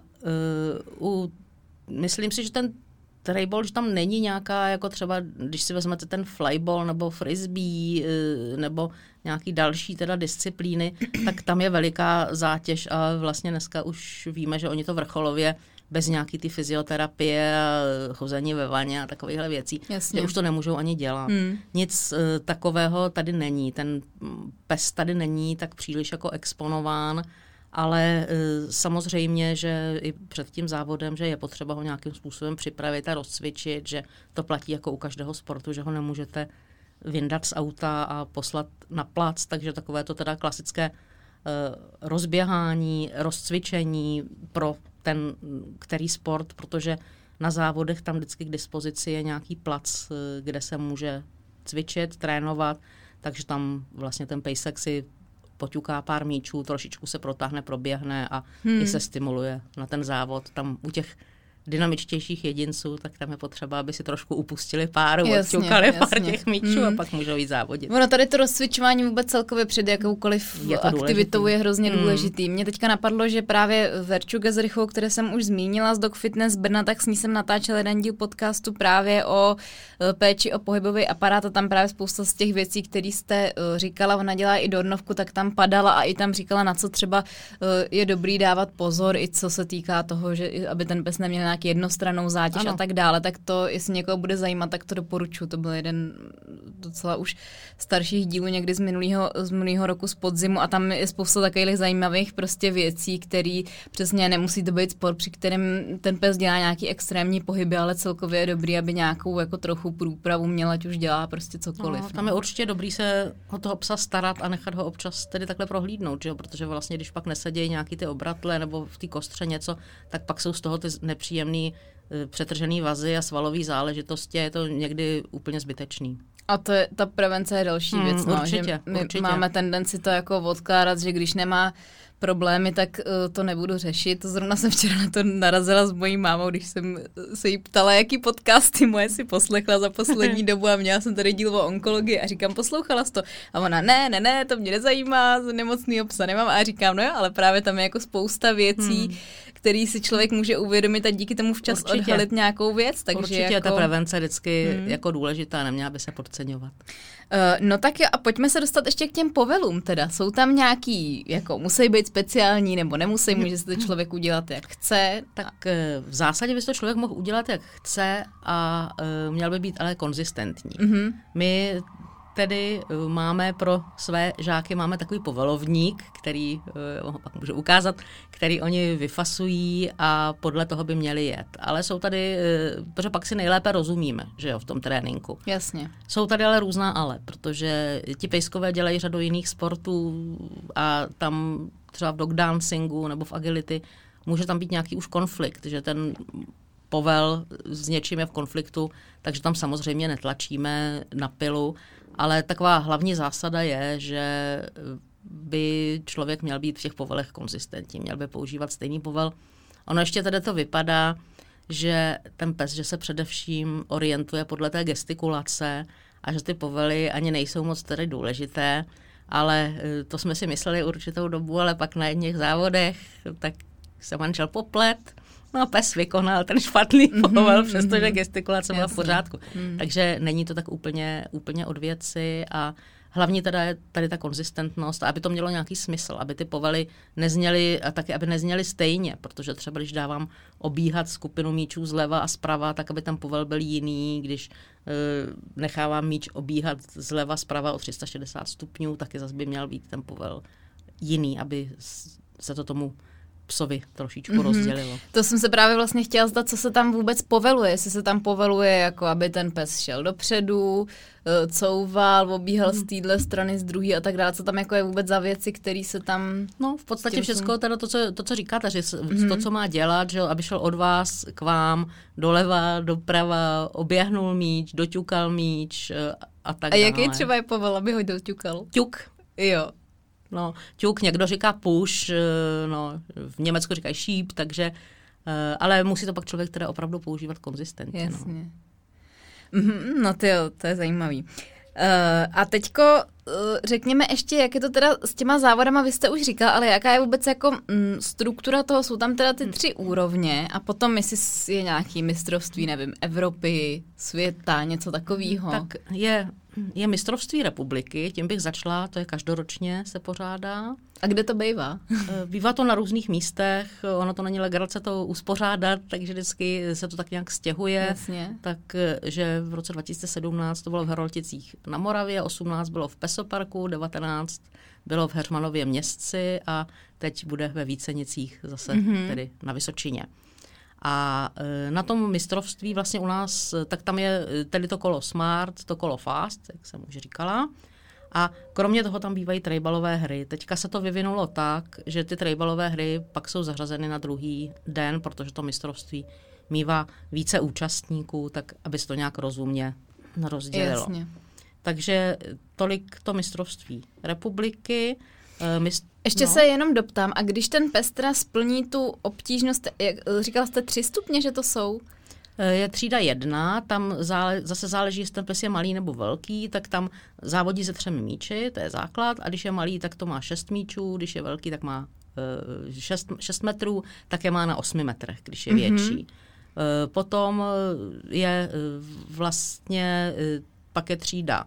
myslím si, že ten trejbol, že tam není nějaká, jako třeba, když si vezmete ten flyball nebo frisbee nebo nějaký další teda disciplíny, tak tam je veliká zátěž a vlastně dneska už víme, že oni to vrcholově bez nějaký ty fyzioterapie, chození ve vaně a takovýchhle věcí, že už to nemůžou ani dělat. Nic takového tady není. Ten pes tady není tak příliš jako exponován, ale samozřejmě, že i před tím závodem, že je potřeba ho nějakým způsobem připravit a rozcvičit, že to platí jako u každého sportu, že ho nemůžete vyndat z auta a poslat na plac, takže takové to teda klasické rozběhání, rozcvičení pro ten který sport, protože na závodech tam vždycky k dispozici je nějaký plac, kde se může cvičit, trénovat, takže tam vlastně ten pejsek si poťuká pár míčů, trošičku se protáhne, proběhne a i se stimuluje na ten závod. Tam u těch dynamičtějších jedinců, tak tam je potřeba, aby si trošku upustili páru, odťukali pár těch míčů a pak můžou jít závodit. Ono tady to rozcvičování vůbec celkově před jakoukoliv aktivitou je hrozně důležitý. Mně teďka napadlo, že právě Verču Gezrychovou, které jsem už zmínila z Dog Fitness Brna, tak s ní jsem natáčela jeden díl podcastu právě o péči o pohybový aparát a tam právě spousta z těch věcí, které jste říkala, ona dělá i Dornovku, tak tam padala a i tam říkala, na co třeba je dobrý dávat pozor, i co se týká toho, že aby ten pes neměl nějaký jednostrannou zátěž a tak dále, tak to, jestli někoho bude zajímat, tak to doporučuji. To byl jeden docela už starších dílů někdy z minulého roku z podzimu a tam je spousta takových zajímavých prostě věcí, které přesně nemusí to být sport, při kterém ten pes dělá nějaký extrémní pohyby, ale celkově je dobrý, aby nějakou jako trochu průpravu měl, ať už dělá prostě cokoliv. No, tam je určitě dobrý se o toho psa starat a nechat ho občas tedy takhle prohlídnout, že jo? Protože vlastně, když pak nesedějí nějaký ty obratle nebo v té kostře něco, tak pak jsou z toho ty nepříjemný přetržený vazy a svalové záležitosti a je to někdy úplně zbytečný. A ta prevence je další věc. No, určitě, že my určitě. Máme tendenci to jako odkládat, že když nemá problémy, tak to nebudu řešit. Zrovna jsem včera na to narazila s mojí mámou, když jsem se jí ptala, jaký podcasty moje si poslechla za poslední dobu a měla jsem tady díl o onkologii a říkám, poslouchala jsi to? A ona, ne, to mě nezajímá, z nemocného psa nemám. A říkám, no jo, ale právě tam je jako spousta věcí, který si člověk může uvědomit a díky tomu včas odhalit nějakou věc. Takže určitě jako ta prevence vždycky jako důležitá, neměla by se podceňovat. No tak jo, a pojďme se dostat ještě k těm povelům teda. Jsou tam nějaký, jako musí být speciální nebo nemusí, může si to člověk udělat jak chce? Tak v zásadě by to člověk mohl udělat jak chce a měl by být ale konzistentní. My tedy máme pro své žáky máme takový povelovník, který ho pak můžu ukázat, který oni vyfasují a podle toho by měli jet. Ale jsou tady, protože pak si nejlépe rozumíme, že jo, v tom tréninku. Jasně. Jsou tady ale různá ale, protože ti pejskové dělají řadu jiných sportů a tam třeba v dog dancingu nebo v agility může tam být nějaký už konflikt, že ten povel s něčím je v konfliktu, takže tam samozřejmě netlačíme na pilu, ale taková hlavní zásada je, že by člověk měl být v těch povelech konzistentní, měl by používat stejný povel. Ono ještě tady to vypadá, že ten pes, že se především orientuje podle té gestikulace a že ty povely ani nejsou moc tedy důležité, ale to jsme si mysleli určitou dobu, ale pak na jedných závodech tak se manžel poplet, no a pes vykonal ten špatný povel, přestože gestikulace byla v pořádku. Takže není to tak úplně od věci a hlavně teda je tady ta konzistentnost, aby to mělo nějaký smysl, aby ty povely nezněly a taky, aby nezněly stejně, protože třeba když dávám obíhat skupinu míčů zleva a zprava, tak aby ten povel byl jiný, když nechávám míč obíhat zleva zprava o 360 stupňů, taky zase by měl být ten povel jiný, aby se to tomu psovi trošičku rozdělilo. To jsem se právě vlastně chtěla zdat, co se tam vůbec poveluje. Jestli se tam poveluje, jako aby ten pes šel dopředu, couval, obíhal z téhle strany, z druhé a tak dále. Co tam jako je vůbec za věci, které se tam... No v podstatě všechno, teda to, co říkáte, že to, co má dělat, že aby šel od vás k vám, doleva, doprava, oběhnul míč, doťukal míč a tak dále. A jaký třeba je povel, aby ho doťukal? Ťuk. Jo. No, ťuk, někdo říká push, no, v Německu říkají sheep, takže, ale musí to pak člověk teda opravdu používat konzistentně. Jasně. No to je zajímavý. A teďko řekněme ještě, jak je to teda s těma závodama, vy jste už říkal, ale jaká je vůbec jako struktura toho, jsou tam teda ty 3 úrovně a potom jestli je nějaký mistrovství, nevím, Evropy, světa, něco takového. Tak je mistrovství republiky, tím bych začala, to je každoročně se pořádá. A kde to bývá? Bývá to na různých místech, ono to není legrace to uspořádat, takže vždycky se to tak nějak stěhuje. Jasně. Takže v roce 2017 to bylo v Herolticích na Moravě, 18 bylo v Pesoparku, 19 bylo v Heřmanově Městci a teď bude ve Vícenicích zase tedy na Vysočině. A na tom mistrovství vlastně u nás, tak tam je tedy to kolo Smart, to kolo Fast, jak jsem už říkala. A kromě toho tam bývají trejbalové hry. Teďka se to vyvinulo tak, že ty trejbalové hry pak jsou zařazeny na druhý den, protože to mistrovství mívá více účastníků, tak aby se to nějak rozumně rozdělilo. Jasně. Takže tolik to mistrovství republiky. Ještě se jenom doptám, a když ten pes teda splní tu obtížnost, říkal jste 3 stupně, že to jsou? Je třída 1, tam zase záleží, jestli ten pes je malý nebo velký, tak tam závodí se 3 míči, to je základ, a když je malý, tak to má 6 míčů, když je velký, tak má 6 metrů, tak je má na 8 metrech, když je větší. Potom je vlastně, pak je třída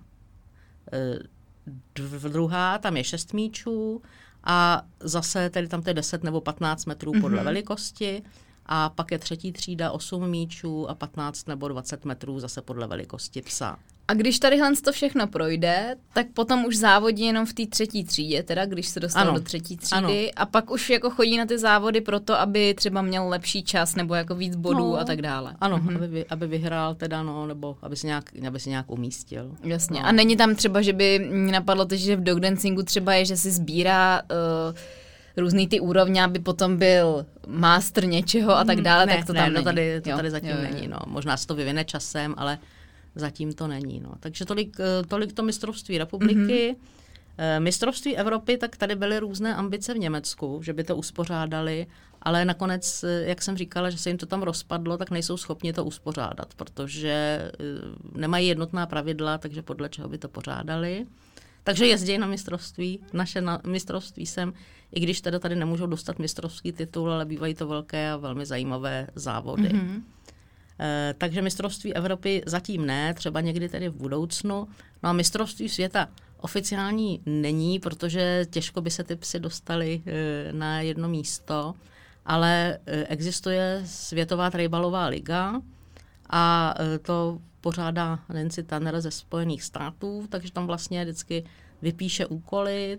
2, tam je 6 míčů a zase tedy tam to je 10 nebo 15 metrů podle velikosti. A pak je 3. třída 8 míčů a 15 nebo 20 metrů zase podle velikosti psa. A když tadyhle to všechno projde, tak potom už závodí jenom v té 3. třídě, teda když se dostane do 3. třídy ano. A pak už jako chodí na ty závody proto, aby třeba měl lepší čas nebo jako víc bodů a tak dále. Ano, aby vyhrál teda, nebo aby se nějak umístil. Jasně. No. A není tam třeba, že by mě napadlo to, že v dog dancingu třeba je, že si sbírá různý ty úrovně, aby potom byl master něčeho a tak dále, tak to tam není. To tady zatím není. No. Možná se to vyvine časem, ale zatím to není. No. Takže tolik to mistrovství republiky. Mistrovství Evropy, tak tady byly různé ambice v Německu, že by to uspořádali, ale nakonec, jak jsem říkala, že se jim to tam rozpadlo, tak nejsou schopni to uspořádat, protože nemají jednotná pravidla, takže podle čeho by to pořádali. Takže jezdí na mistrovství. Naše mistrovství sem, i když teda tady nemůžou dostat mistrovský titul, ale bývají to velké a velmi zajímavé závody. Takže mistrovství Evropy zatím ne, třeba někdy tedy v budoucnu. No a mistrovství světa oficiální není, protože těžko by se ty psy dostali na jedno místo, ale existuje Světová trejbalová liga a to pořádá Nancy Tanner ze Spojených států, takže tam vlastně vždycky vypíše úkoly,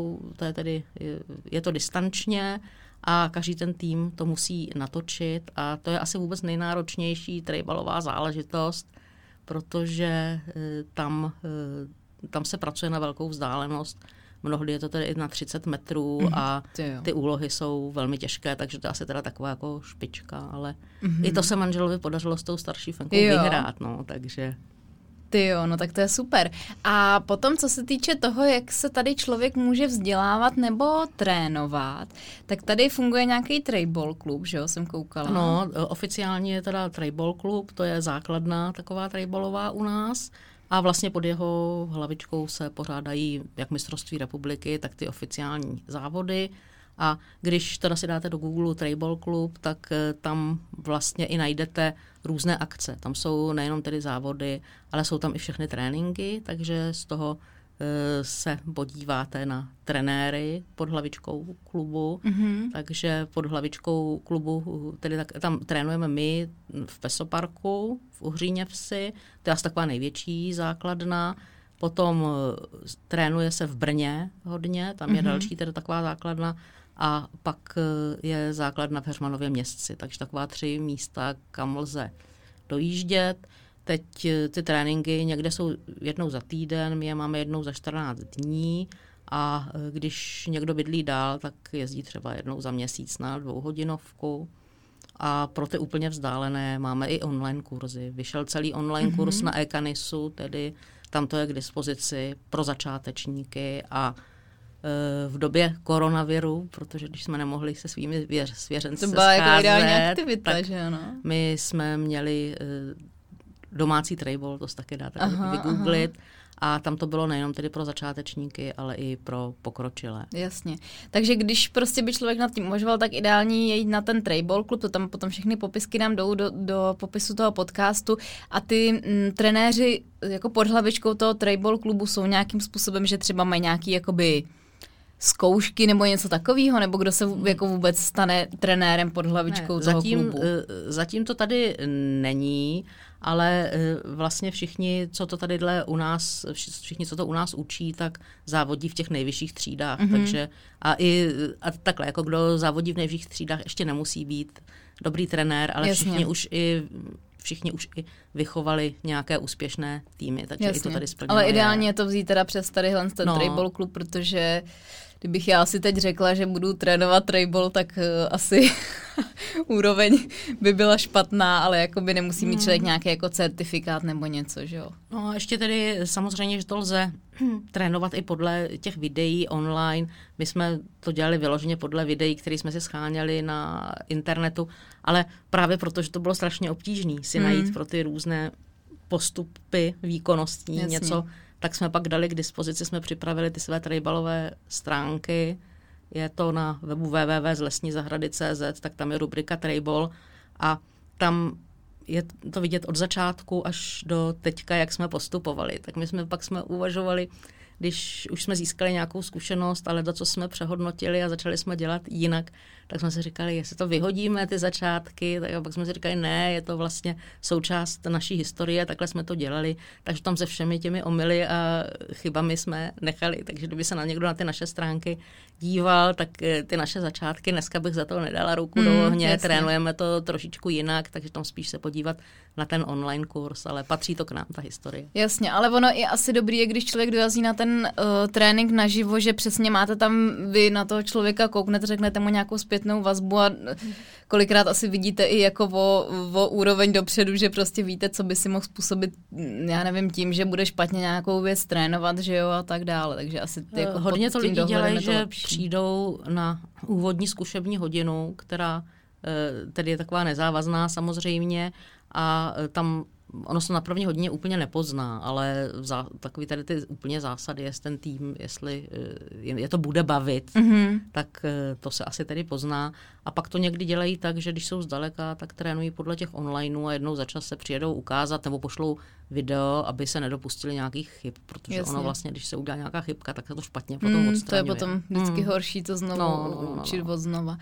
je to distančně a každý ten tým to musí natočit a to je asi vůbec nejnáročnější trejbalová záležitost, protože tam se pracuje na velkou vzdálenost. Mnohdy je to tedy i na 30 metrů a ty úlohy jsou velmi těžké, takže to je asi teda taková jako špička, ale i to se manželovi podařilo s tou starší Fenkou vyhrát, no, takže... No tak to je super. A potom, co se týče toho, jak se tady člověk může vzdělávat nebo trénovat, tak tady funguje nějaký trejball klub, že jo, jsem koukala. No, oficiálně je teda trejball klub, to je základna taková trejballová u nás a vlastně pod jeho hlavičkou se pořádají jak mistrovství republiky, tak ty oficiální závody. A když teda si dáte do Google Trejball klub, tak tam vlastně i najdete různé akce. Tam jsou nejenom tedy závody, ale jsou tam i všechny tréninky, takže z toho se podíváte na trenéry pod hlavičkou klubu. Takže pod hlavičkou klubu, tedy tam trénujeme my v Pesoparku, v Uhříně Vsi, to je asi taková největší základna. Potom trénuje se v Brně hodně, tam je další tedy taková základna. A pak je základna v Heřmanově Městci, takže taková 3 místa, kam lze dojíždět. Teď ty tréninky někde jsou jednou za týden, my je máme jednou za 14 dní a když někdo bydlí dál, tak jezdí třeba jednou za měsíc na 2hodinovku. A pro ty úplně vzdálené máme i online kurzy. Vyšel celý online kurz na eKanisu, tedy tam to je k dispozici pro začátečníky a v době koronaviru, protože když jsme nemohli se svými svěřenci to byla jako ideální aktivita, tak že ano? My jsme měli domácí trejball, to si taky dáte vygooglit. A tam to bylo nejenom tedy pro začátečníky, ale i pro pokročilé. Jasně. Takže když prostě by člověk nad tím uvažoval, tak ideální je jít na ten trejball klub, to tam potom všechny popisky nám jdou do popisu toho podcastu a ty trenéři jako pod hlavičkou toho trejball klubu jsou nějakým způsobem, že třeba mají nějaký jakoby zkoušky nebo něco takového, nebo kdo se jako vůbec stane trenérem pod hlavičkou toho klubu? Zatím to tady není, ale vlastně všichni, co to u nás učí, tak závodí v těch nejvyšších třídách. Takže a takhle, jako kdo závodí v nejvyšších třídách, ještě nemusí být dobrý trenér, ale všichni už i vychovali nějaké úspěšné týmy, takže i to tady splněno. Ale ideálně je to vzít teda přes tadyhle ten trejball klub, protože kdybych já si teď řekla, že budu trénovat trejball, tak asi úroveň by byla špatná, ale jakoby nemusí mít člověk nějaký jako certifikát nebo něco, že jo? No a ještě tedy samozřejmě, že to lze trénovat i podle těch videí online. My jsme to dělali vyloženě podle videí, které jsme si scháněli na internetu, ale právě proto, že to bylo strašně obtížné si najít pro ty různé postupy výkonnostní něco, tak jsme pak dali k dispozici, jsme připravili ty své trejbalové stránky. Je to na webu www.zlesnizahrady.cz, tak tam je rubrika trejbal a tam je to vidět od začátku až do teďka, jak jsme postupovali. Tak my jsme uvažovali, když už jsme získali nějakou zkušenost, ale to, co jsme přehodnotili a začali jsme dělat jinak, tak jsme si říkali, jestli to vyhodíme, ty začátky, tak a pak jsme si říkali, ne, je to vlastně součást naší historie, takhle jsme to dělali, takže tam se všemi těmi omyly a chybami jsme nechali, takže kdyby se někdo na ty naše stránky díval, tak ty naše začátky, dneska bych za to nedala ruku do ohně, trénujeme to trošičku jinak, takže tam spíš se podívat na ten online kurz, ale patří to k nám, ta historie. Jasně, ale ono je asi dobrý, když člověk dorazí na ten trénink naživo, že přesně máte tam, vy na toho člověka kouknete, řeknete mu nějakou zpětnou vazbu a kolikrát asi vidíte i jako o úroveň dopředu, že prostě víte, co by si mohl způsobit, já nevím, tím, že bude špatně nějakou věc trénovat, že jo, a tak dále, takže asi jako hodně to lidí dělají, že přijdou na úvodní zkušební hodinu, která tedy je taková nezávazná samozřejmě a tam ono se na první hodině úplně nepozná, ale takový tady ty úplně zásady, jestli ten tým, jestli je to bude bavit, tak to se asi tedy pozná. A pak to někdy dělají tak, že když jsou zdaleka, tak trénují podle těch onlineů a jednou za čas se přijedou ukázat nebo pošlou video, aby se nedopustili nějakých chyb, protože ono vlastně, když se udělá nějaká chybka, tak se to špatně potom odstraňuje. To je potom vždycky horší to znovu učit odznova.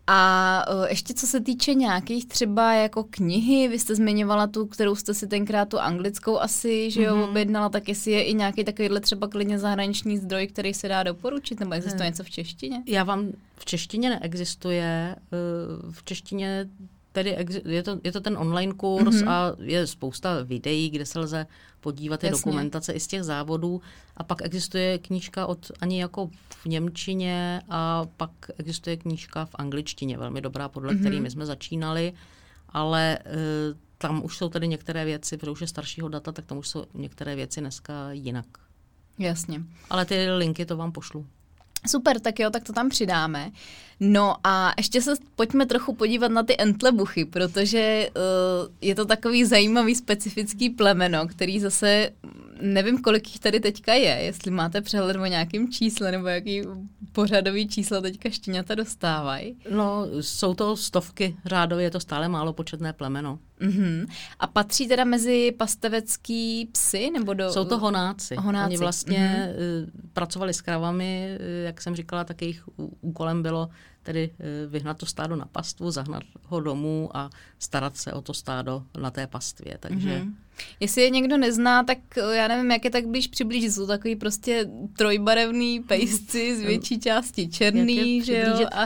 A ještě co se týče nějakých třeba jako knihy, vy jste zmiňovala tu, kterou jste si tenkrát tu anglickou asi, že jo, objednala, tak jestli je i nějaký takovýhle třeba klidně zahraniční zdroj, který se dá doporučit, nebo existuje něco v češtině? V češtině neexistuje, v češtině tedy je to ten online kurz a je spousta videí, kde se lze podívat, je dokumentace i z těch závodů. A pak existuje knížka od Ani jako v němčině a pak existuje knížka v angličtině, velmi dobrá, podle které my jsme začínali. Ale tam už jsou tedy některé věci, protože už je staršího data, tak tam už jsou některé věci dneska jinak. Jasně. Ale ty linky to vám pošlu. Super, tak jo, tak to tam přidáme. No a ještě se pojďme trochu podívat na ty entlebuchy, protože je to takový zajímavý specifický plemeno, který zase, nevím, kolik jich tady teďka je, jestli máte přehled o nějakým čísle, nebo jaký pořadový čísla teďka štěňata dostávají. No, jsou to stovky řádově, je to stále málo početné plemeno. A patří teda mezi pastevecký psy? Nebo Jsou to honáci. Oni vlastně pracovali s kravami, jak jsem říkala, tak jejich úkolem bylo tedy vyhnat to stádo na pastvu, zahnat ho domů a starat se o to stádo na té pastvě. Takže... Jestli je někdo nezná, tak já nevím, jak je tak blíž přiblížit. Jsou takový prostě trojbarevný pejsci z větší části černý, že jo? A...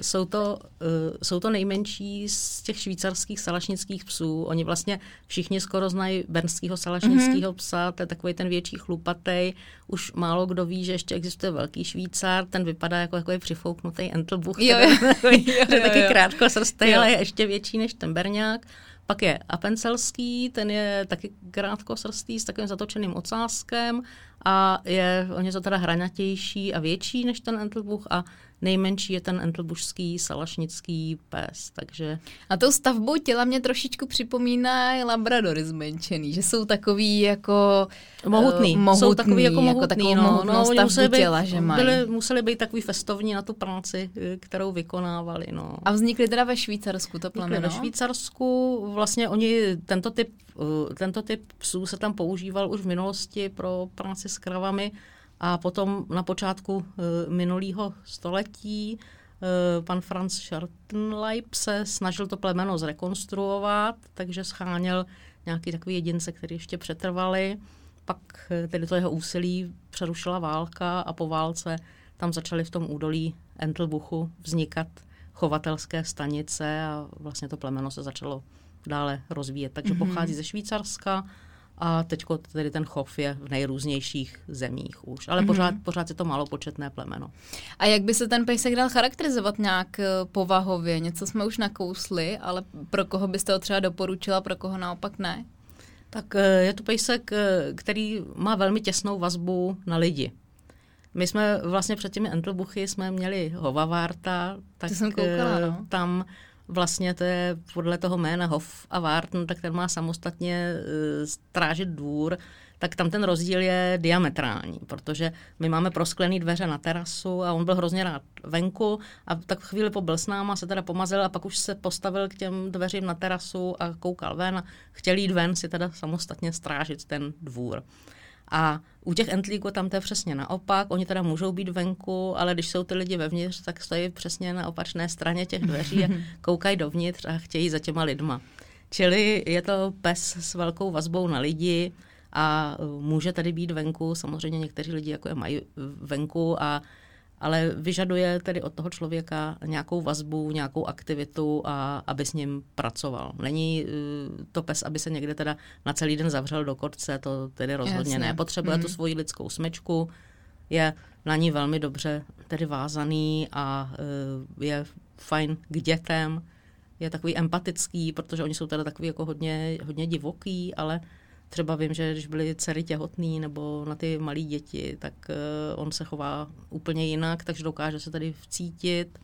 Jsou to nejmenší z těch švýcarských salašnických psů. Oni vlastně všichni skoro znají bernského salašnického psa, to je takový ten větší chlupatej. Už málo kdo ví, že ještě existuje velký Švýcar, ten vypadá jako takový přifouknutý entlebuch, který je taky krátkosrstý, ale je ještě větší než ten berňák. Pak je apencelský, ten je taky krátkosrstý s takovým zatočeným ocáskem a je o něco teda hranatější a větší než ten entlebuch a nejmenší je ten entlebušský salašnický pes, takže... A tou stavbou těla mě trošičku připomíná labradory zmenšený, že jsou takový jako... Mohutný. Jsou takový jako mohutný, jako stavbu těla, že mají. Museli být takový festovní na tu práci, kterou vykonávali, no. A vznikly teda ve Švýcarsku to plemeno? Ve Švýcarsku vlastně oni, tento typ psů se tam používal už v minulosti pro práci s kravami a potom na počátku minulého století pan Franz Schartenleib se snažil to plemeno zrekonstruovat, takže scháněl nějaký takový jedince, který ještě přetrvali. Pak tedy to jeho úsilí přerušila válka a po válce tam začaly v tom údolí Entlebuchu vznikat chovatelské stanice a vlastně to plemeno se začalo dále rozvíjet. Takže pochází ze Švýcarska a teďko tedy ten chov je v nejrůznějších zemích už. Ale pořád je to malopočetné plemeno. A jak by se ten pejsek dal charakterizovat nějak povahově? Něco jsme už nakousli, ale pro koho byste ho třeba doporučila, pro koho naopak ne? Tak je to pejsek, který má velmi těsnou vazbu na lidi. My jsme vlastně před těmi entlebuchy jsme měli Hovavarta, tak to jsem koukala, no. Tam vlastně to je podle toho jména Hof a Warten, tak ten má samostatně strážit dvůr, tak tam ten rozdíl je diametrální, protože my máme prosklený dveře na terasu a on byl hrozně rád venku a tak chvíli pobyl s náma, se teda pomazil a pak už se postavil k těm dveřím na terasu a koukal ven a chtěl jít ven si teda samostatně strážit ten dvůr. A u těch entlíků tam to je přesně naopak, oni teda můžou být venku, ale když jsou ty lidi vevnitř, tak stojí přesně na opačné straně těch dveří a koukají dovnitř a chtějí za těma lidma. Čili je to pes s velkou vazbou na lidi a může tady být venku, samozřejmě někteří lidi jako je mají venku, ale vyžaduje tedy od toho člověka nějakou vazbu, nějakou aktivitu a aby s ním pracoval. Není to pes, aby se někde teda na celý den zavřel do kotce, to tedy rozhodně ne. Potřebuje tu svoji lidskou smečku, je na ní velmi dobře tedy vázaný a je fajn k dětem, je takový empatický, protože oni jsou teda takový jako hodně divoký, ale třeba vím, že když byly dcery těhotný nebo na ty malé děti, tak on se chová úplně jinak, takže dokáže se tady vcítit.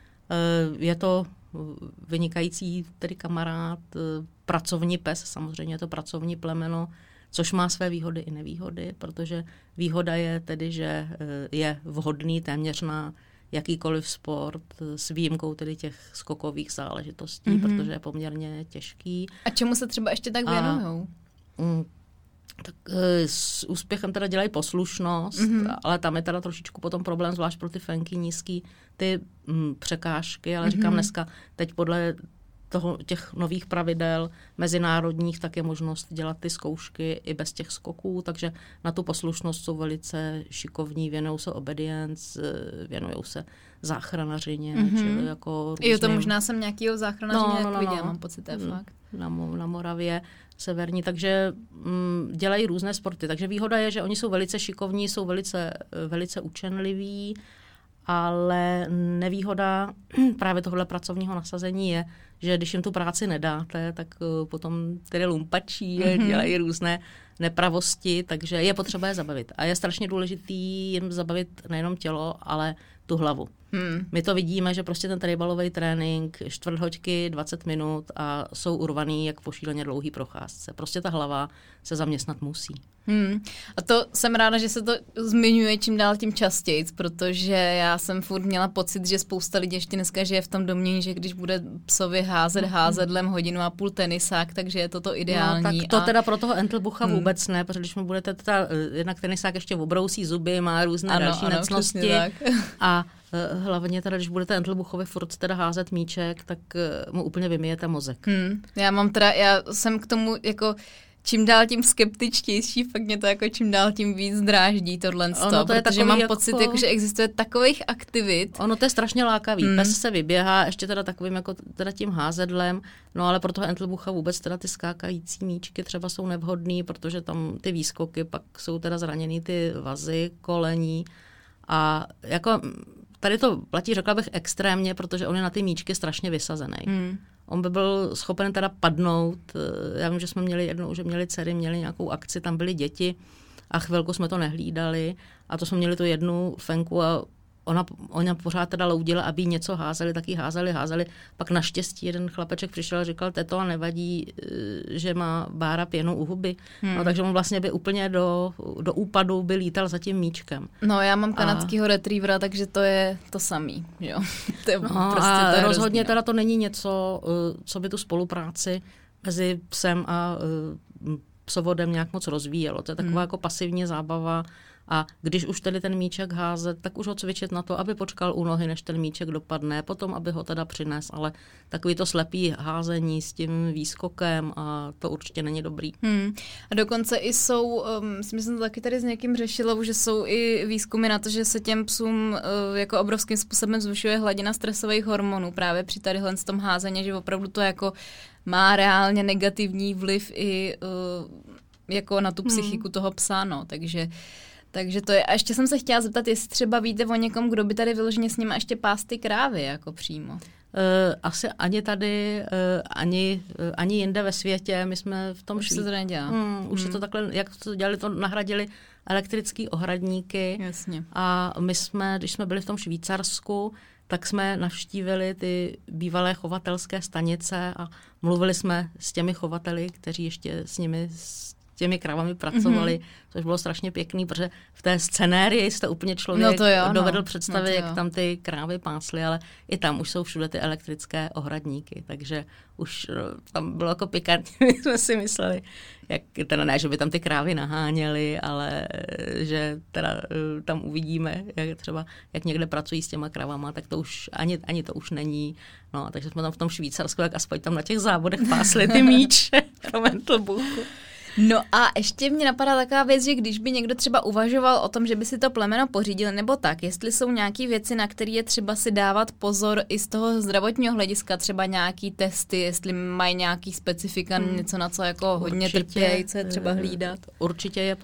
Je to vynikající tedy kamarád, pracovní pes, samozřejmě je to pracovní plemeno, což má své výhody i nevýhody, protože výhoda je tedy, že je vhodný téměř na jakýkoliv sport s výjimkou tedy těch skokových záležitostí, protože je poměrně těžký. A čemu se třeba ještě tak věnujou? Tak s úspěchem teda dělají poslušnost, ale tam je teda trošičku potom problém, zvlášť pro ty fenky nízký, ty překážky, ale říkám dneska, teď podle těch nových pravidel mezinárodních, tak je možnost dělat ty zkoušky i bez těch skoků, takže na tu poslušnost jsou velice šikovní, věnují se obedience, věnují se záchranařině, čili jako různým... Jo, to možná jsem nějakýho záchranaře viděla, mám pocit, to je fakt. Na Moravě severní, takže dělají různé sporty. Takže výhoda je, že oni jsou velice šikovní, jsou velice učenliví, ale nevýhoda právě tohle pracovního nasazení je, že když jim tu práci nedáte, tak potom tedy lumpačí, dělají různé nepravosti, takže je potřeba je zabavit. A je strašně důležitý jim zabavit nejenom tělo, ale tu hlavu. My to vidíme, že prostě ten trejbalový trénink, 4 hodiny, 20 minut a jsou urvaný jak po šíleně dlouhý procházce. Prostě ta hlava se zaměstnat musí. A to jsem ráda, že se to zmiňuje čím dál tím častěji, protože já jsem furt měla pocit, že spousta lidí ještě dneska žije v tom domění, že když bude psovi házet házedlem 1,5 hodiny tenisák, takže je to ideální. No, tak to teda pro toho Entlebucha vůbec ne, protože když mu budete jednak tenisák ještě obrousí zuby, má různé další necnosti a hlavně teda, když budete Entlebuchovi furt teda házet míček, tak mu úplně vymijete mozek. Já jsem k tomu jako čím dál tím skeptičtější, fakt mě to jako čím dál tím víc dráždí tohle, protože mám pocit, jako, že existuje takových aktivit. Ono to je strašně lákavý. Pes se vyběhá ještě teda takovým jako teda tím házedlem, no ale pro toho Entlebucha vůbec teda ty skákající míčky třeba jsou nevhodný, protože tam ty výskoky pak jsou teda zraněný ty vazy, kolení a jako tady to platí, řekla bych, extrémně, protože on je na ty míčky strašně vysazený. On by byl schopen teda padnout. Já vím, že jsme měli jednou, že měli dcery, měli nějakou akci, tam byly děti a chvilku jsme to nehlídali a to jsme měli tu jednu fenku a ona pořád teda loudila, aby něco házeli, tak jí házeli. Pak naštěstí jeden chlapeček přišel a říkal, teto, a nevadí, že má Bára pěnu u huby. No, takže on vlastně by úplně do úpadu by lítal za tím míčkem. No, já mám kanadskýho retrievera, takže to je to samý. Jo. To je prostě rozhodně teda to není něco, co by tu spolupráci mezi psem a psovodem nějak moc rozvíjelo. To je taková jako pasivní zábava. A když už tedy ten míček házet, tak už ho cvičit na to, aby počkal u nohy, než ten míček dopadne, potom, aby ho teda přines, ale takový to slepý házení s tím výskokem a to určitě není dobrý. A dokonce i jsou, myslím, že to taky tady s někým řešila, že jsou i výzkumy na to, že se těm psům jako obrovským způsobem zvyšuje hladina stresových hormonů právě při tadyhle s tom házení, že opravdu to jako má reálně negativní vliv i jako na tu psychiku toho psa, no, takže to je. A ještě jsem se chtěla zeptat, jestli třeba víte o někom, kdo by tady vyloženě s nimi ještě pás ty krávy jako přímo. Asi ani tady, ani jinde ve světě. My jsme v tom už se to nedělá. Už se to takhle, jak to dělali, to nahradili elektrický ohradníky. Jasně. A my jsme, když jsme byli v tom Švýcarsku, tak jsme navštívili ty bývalé chovatelské stanice a mluvili jsme s těmi chovateli, kteří ještě s nimi těmi krávami pracovali, což bylo strašně pěkný, protože v té scenérii jste úplně člověk dovedl představit, jak tam ty krávy pásly, ale i tam už jsou všude ty elektrické ohradníky, takže už tam bylo jako pikantní, jsme si mysleli, jak, teda ne, že by tam ty krávy naháněly, ale že teda tam uvidíme, jak někde pracují s těma krávama, tak to už ani to už není. No, takže jsme tam v tom Švýcarsku, jak aspoň tam na těch závodech pásli ty míče pro Entlebuchu. No a ještě mě napadá taková věc, že když by někdo třeba uvažoval o tom, že by si to plemeno pořídil, nebo tak, jestli jsou nějaké věci, na které je třeba si dávat pozor i z toho zdravotního hlediska, třeba nějaký testy, jestli mají nějaký specifika, něco na co jako hodně trpějí, co je třeba hlídat. Určitě je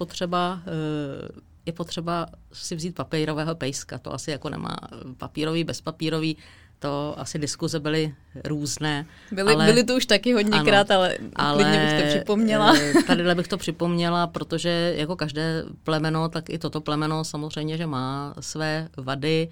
potřeba si vzít papírového pejska, to asi jako nemá papírový, bezpapírový, to asi diskuze byly různé. Byly to už taky hodněkrát, ale klidně bych to připomněla. Tadyhle bych to připomněla, protože jako každé plemeno, tak i toto plemeno samozřejmě, že má své vady.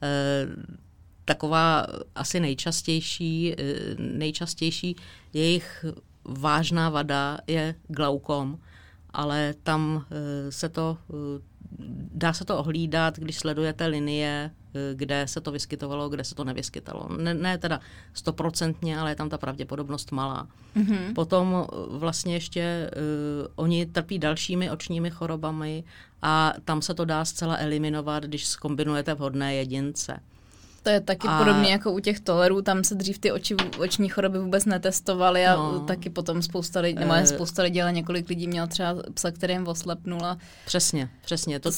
Taková asi nejčastější jejich vážná vada je glaukom, ale tam dá se to ohlídat, když sledujete linie kde se to vyskytovalo, kde se to nevyskytalo. Ne teda 100%, ale je tam ta pravděpodobnost malá. Mm-hmm. Potom vlastně ještě oni trpí dalšími očními chorobami a tam se to dá zcela eliminovat, když zkombinujete vhodné jedince. To je taky podobně jako u těch tolerů, tam se dřív ty oční choroby vůbec netestovaly a taky potom spousta lidí, ale několik lidí měl třeba psa, který jim oslepnula. Přesně. To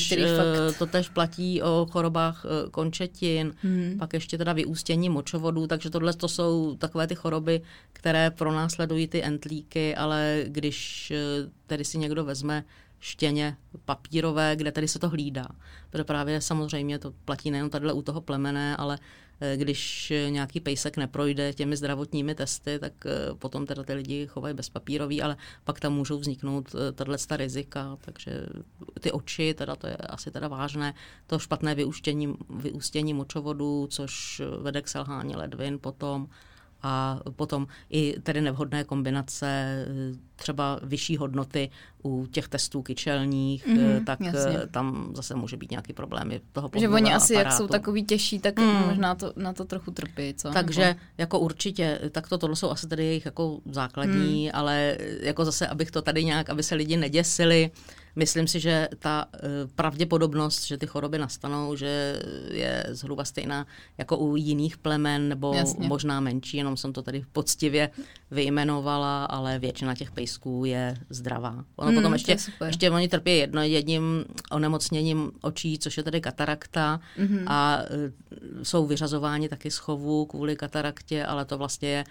tež platí o chorobách končetin, pak ještě teda vyústění močovodů, takže tohle to jsou takové ty choroby, které pronásledují ty entlíky, ale když tedy si někdo vezme štěně papírové, kde tedy se to hlídá. Protože právě samozřejmě to platí nejen tadyhle u toho plemene, ale když nějaký pejsek neprojde těmi zdravotními testy, tak potom teda ty lidi chovají bezpapírový, ale pak tam můžou vzniknout tato rizika, takže ty oči, teda to je asi teda vážné, to špatné vyústění močovodu, což vede k selhání ledvin potom, a potom i tedy nevhodné kombinace, třeba vyšší hodnoty u těch testů kyčelních, tak jasně. Tam zase může být nějaký problémy toho pohybového aparátu. Že oni asi, aparátu. Jak jsou takový těžší, tak možná na to trochu trpí, co? Takže jako určitě, tak tohle jsou asi tady jejich jako základní, ale jako zase, abych to tady nějak, aby se lidi neděsili, myslím si, že ta pravděpodobnost, že ty choroby nastanou, že je zhruba stejná jako u jiných plemen, nebo jasně. možná menší, jenom jsem to tady poctivě vyjmenovala, ale většina těch pejsků je zdravá. Ono potom ještě oni trpí jedním onemocněním očí, což je tedy katarakta a jsou vyřazováni taky z chovu kvůli kataraktě, ale to vlastně je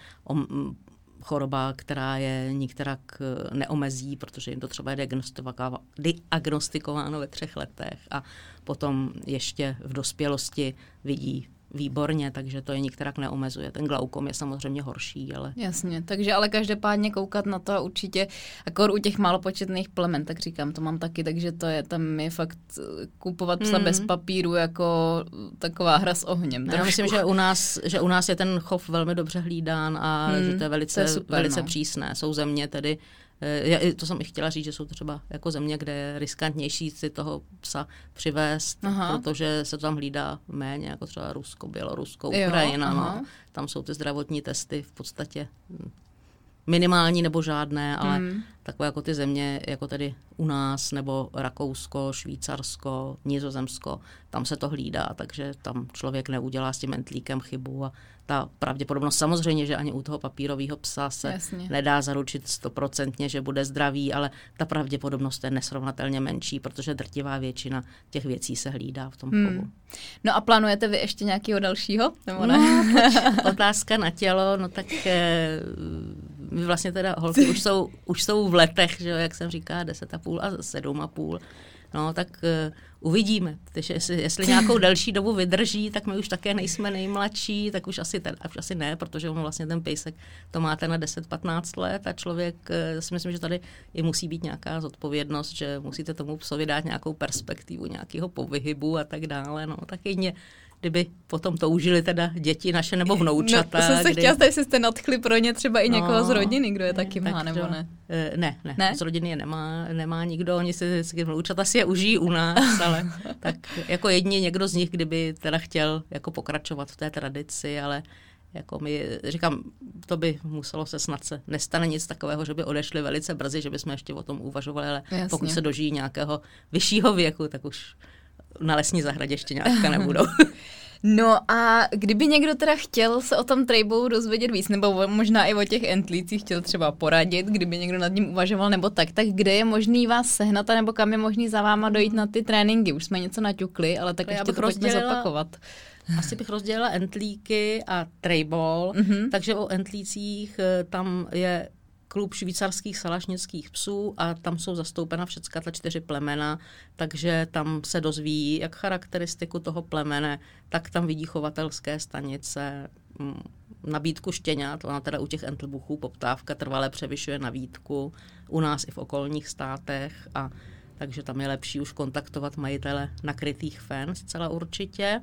choroba, která je nikterak neomezí, protože jim to třeba je diagnostikováno ve 3 letech a potom ještě v dospělosti vidí výborně, takže to je nikterak neomezuje. Ten glaukom je samozřejmě horší, ale... Jasně, takže ale každopádně koukat na to určitě, jako u těch málopočetných plemen, tak říkám, to mám taky, takže to je, tam je fakt kupovat psa bez papíru jako taková hra s ohněm. Já myslím, že u nás je ten chov velmi dobře hlídán a že to je velice přísné. Jsou země tedy, to jsem i chtěla říct, že jsou třeba jako země, kde je riskantnější si toho psa přivést, protože se to tam hlídá méně, jako třeba Rusko, Bělorusko, Ukrajina. No. Tam jsou ty zdravotní testy v podstatě minimální nebo žádné, ale takové jako ty země, jako tedy u nás, nebo Rakousko, Švýcarsko, Nizozemsko, tam se to hlídá, takže tam člověk neudělá s tím entlíkem chybu a ta pravděpodobnost samozřejmě, že ani u toho papírového psa se nedá zaručit 100%, že bude zdravý, ale ta pravděpodobnost je nesrovnatelně menší, protože drtivá většina těch věcí se hlídá v tom chovu. No a plánujete vy ještě nějakého dalšího? Nebo ne? Otázka na tělo, no tak my vlastně teda holky už jsou v letech, že jo, jak jsem říká, 10,5 a 7,5. No, tak uvidíme. Takže jestli nějakou delší dobu vydrží, tak my už také nejsme nejmladší, tak už asi ne, protože on vlastně ten pejsek to máte na 10-15 let a člověk, si myslím, že tady i musí být nějaká zodpovědnost, že musíte tomu psovi dát nějakou perspektivu, nějakého povyhybu a tak dále. No, tak jedně kdyby potom toužili teda děti naše nebo vnoučata. No, jsem se chtěla, jestli jste nadchli pro ně třeba i někoho z rodiny, kdo je taky má, nebo ne? Ne, z rodiny je nemá nikdo, oni si vnoučata si je užijí u nás, ale tak jako jedině někdo z nich, kdyby teda chtěl jako pokračovat v té tradici, ale jako my, říkám, to by muselo se nestane nic takového, že by odešli velice brzy, že bychom ještě o tom uvažovali, ale jasně. Pokud se dožijí nějakého vyššího věku, tak už na lesní zahradě štěňátka nebudou. No a kdyby někdo teda chtěl se o tom trejbolu dozvědět víc, nebo možná i o těch entlících chtěl třeba poradit, kdyby někdo nad ním uvažoval, nebo tak kde je možný vás sehnat, nebo kam je možný za váma dojít na ty tréninky? Už jsme něco naťukli, ale tak ještě to pojďme zopakovat. Asi bych rozdělila entlíky a trejbol, takže o entlících tam je klub švýcarských salašnických psů a tam jsou zastoupena všechna ta 4 plemena, takže tam se dozví jak charakteristiku toho plemene, tak tam vidí chovatelské stanice, nabídku štěňat, ona teda u těch entlbuchů poptávka trvale převyšuje nabídku, u nás i v okolních státech, a takže tam je lepší už kontaktovat majitele nakrytých fen zcela určitě.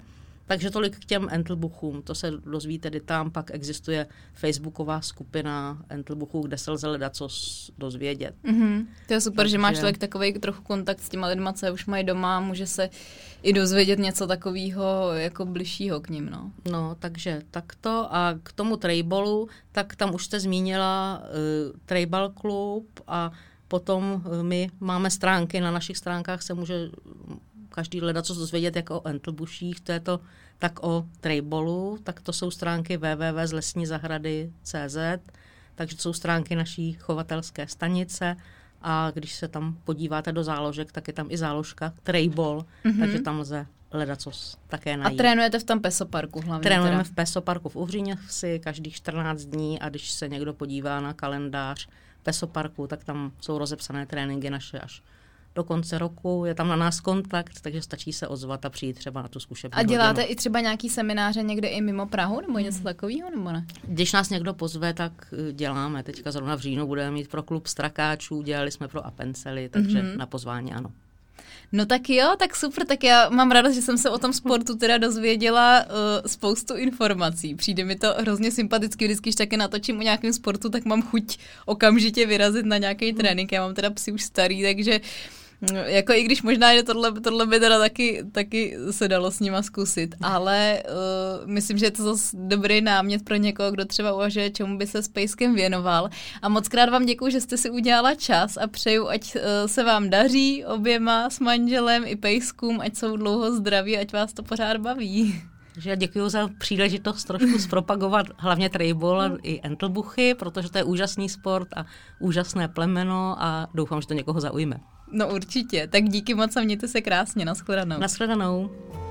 Takže tolik k těm Entlbuchům, to se dozví tedy tam, pak existuje facebooková skupina Entlbuchů, kde se lze ledacos dozvědět. To je super, že máš člověk takovej trochu kontakt s těma lidma, co už mají doma, může se i dozvědět něco takového jako bližšího k nim, no. No, takže takto a k tomu trejbolu, tak tam už jste zmínila trejbal klub a potom my máme stránky, na našich stránkách se může každý ledacos dozvědět jako o Entlbuších, to je to tak o trejbolu, tak to jsou stránky www.zlesnizahrady.cz, takže to jsou stránky naší chovatelské stanice a když se tam podíváte do záložek, tak je tam i záložka trejbol, takže tam lze ledacos také najít. A trénujete v tom Pesoparku hlavně? Trénujeme v Pesoparku v Uhříněvsi každých 14 dní a když se někdo podívá na kalendář Pesoparku, tak tam jsou rozepsané tréninky naše až do konce roku, je tam na nás kontakt, takže stačí se ozvat a přijít třeba na tu zkušební. A děláte i třeba nějaký semináře někde i mimo Prahu, nebo něco takového, nebo ne? Když nás někdo pozve, tak děláme. Teďka zrovna v říjnu budeme mít pro klub strakáčů, dělali jsme pro Appenzely, takže na pozvání ano. No tak jo, tak super, tak já mám radost, že jsem se o tom sportu teda dozvěděla spoustu informací. Přijde mi to hrozně sympaticky, vždycky, když taky natočím o nějakém sportu, tak mám chuť okamžitě vyrazit na nějaký trénink. Já mám teda psy už starý, takže jako i když možná, že tohle by teda taky se dalo s nima zkusit, ale myslím, že je to zase dobrý námět pro někoho, kdo třeba uvažuje, čemu by se s pejskem věnoval. A moc krát vám děkuju, že jste si udělala čas a přeju, ať se vám daří oběma s manželem i pejskům, ať jsou dlouho zdraví, ať vás to pořád baví. Takže děkuji za příležitost trošku zpropagovat hlavně trejbol a i Entlbuchy, protože to je úžasný sport a úžasné plemeno a doufám, že to někoho zaujme. No určitě, tak díky moc a mějte se krásně, nashledanou. Nashledanou.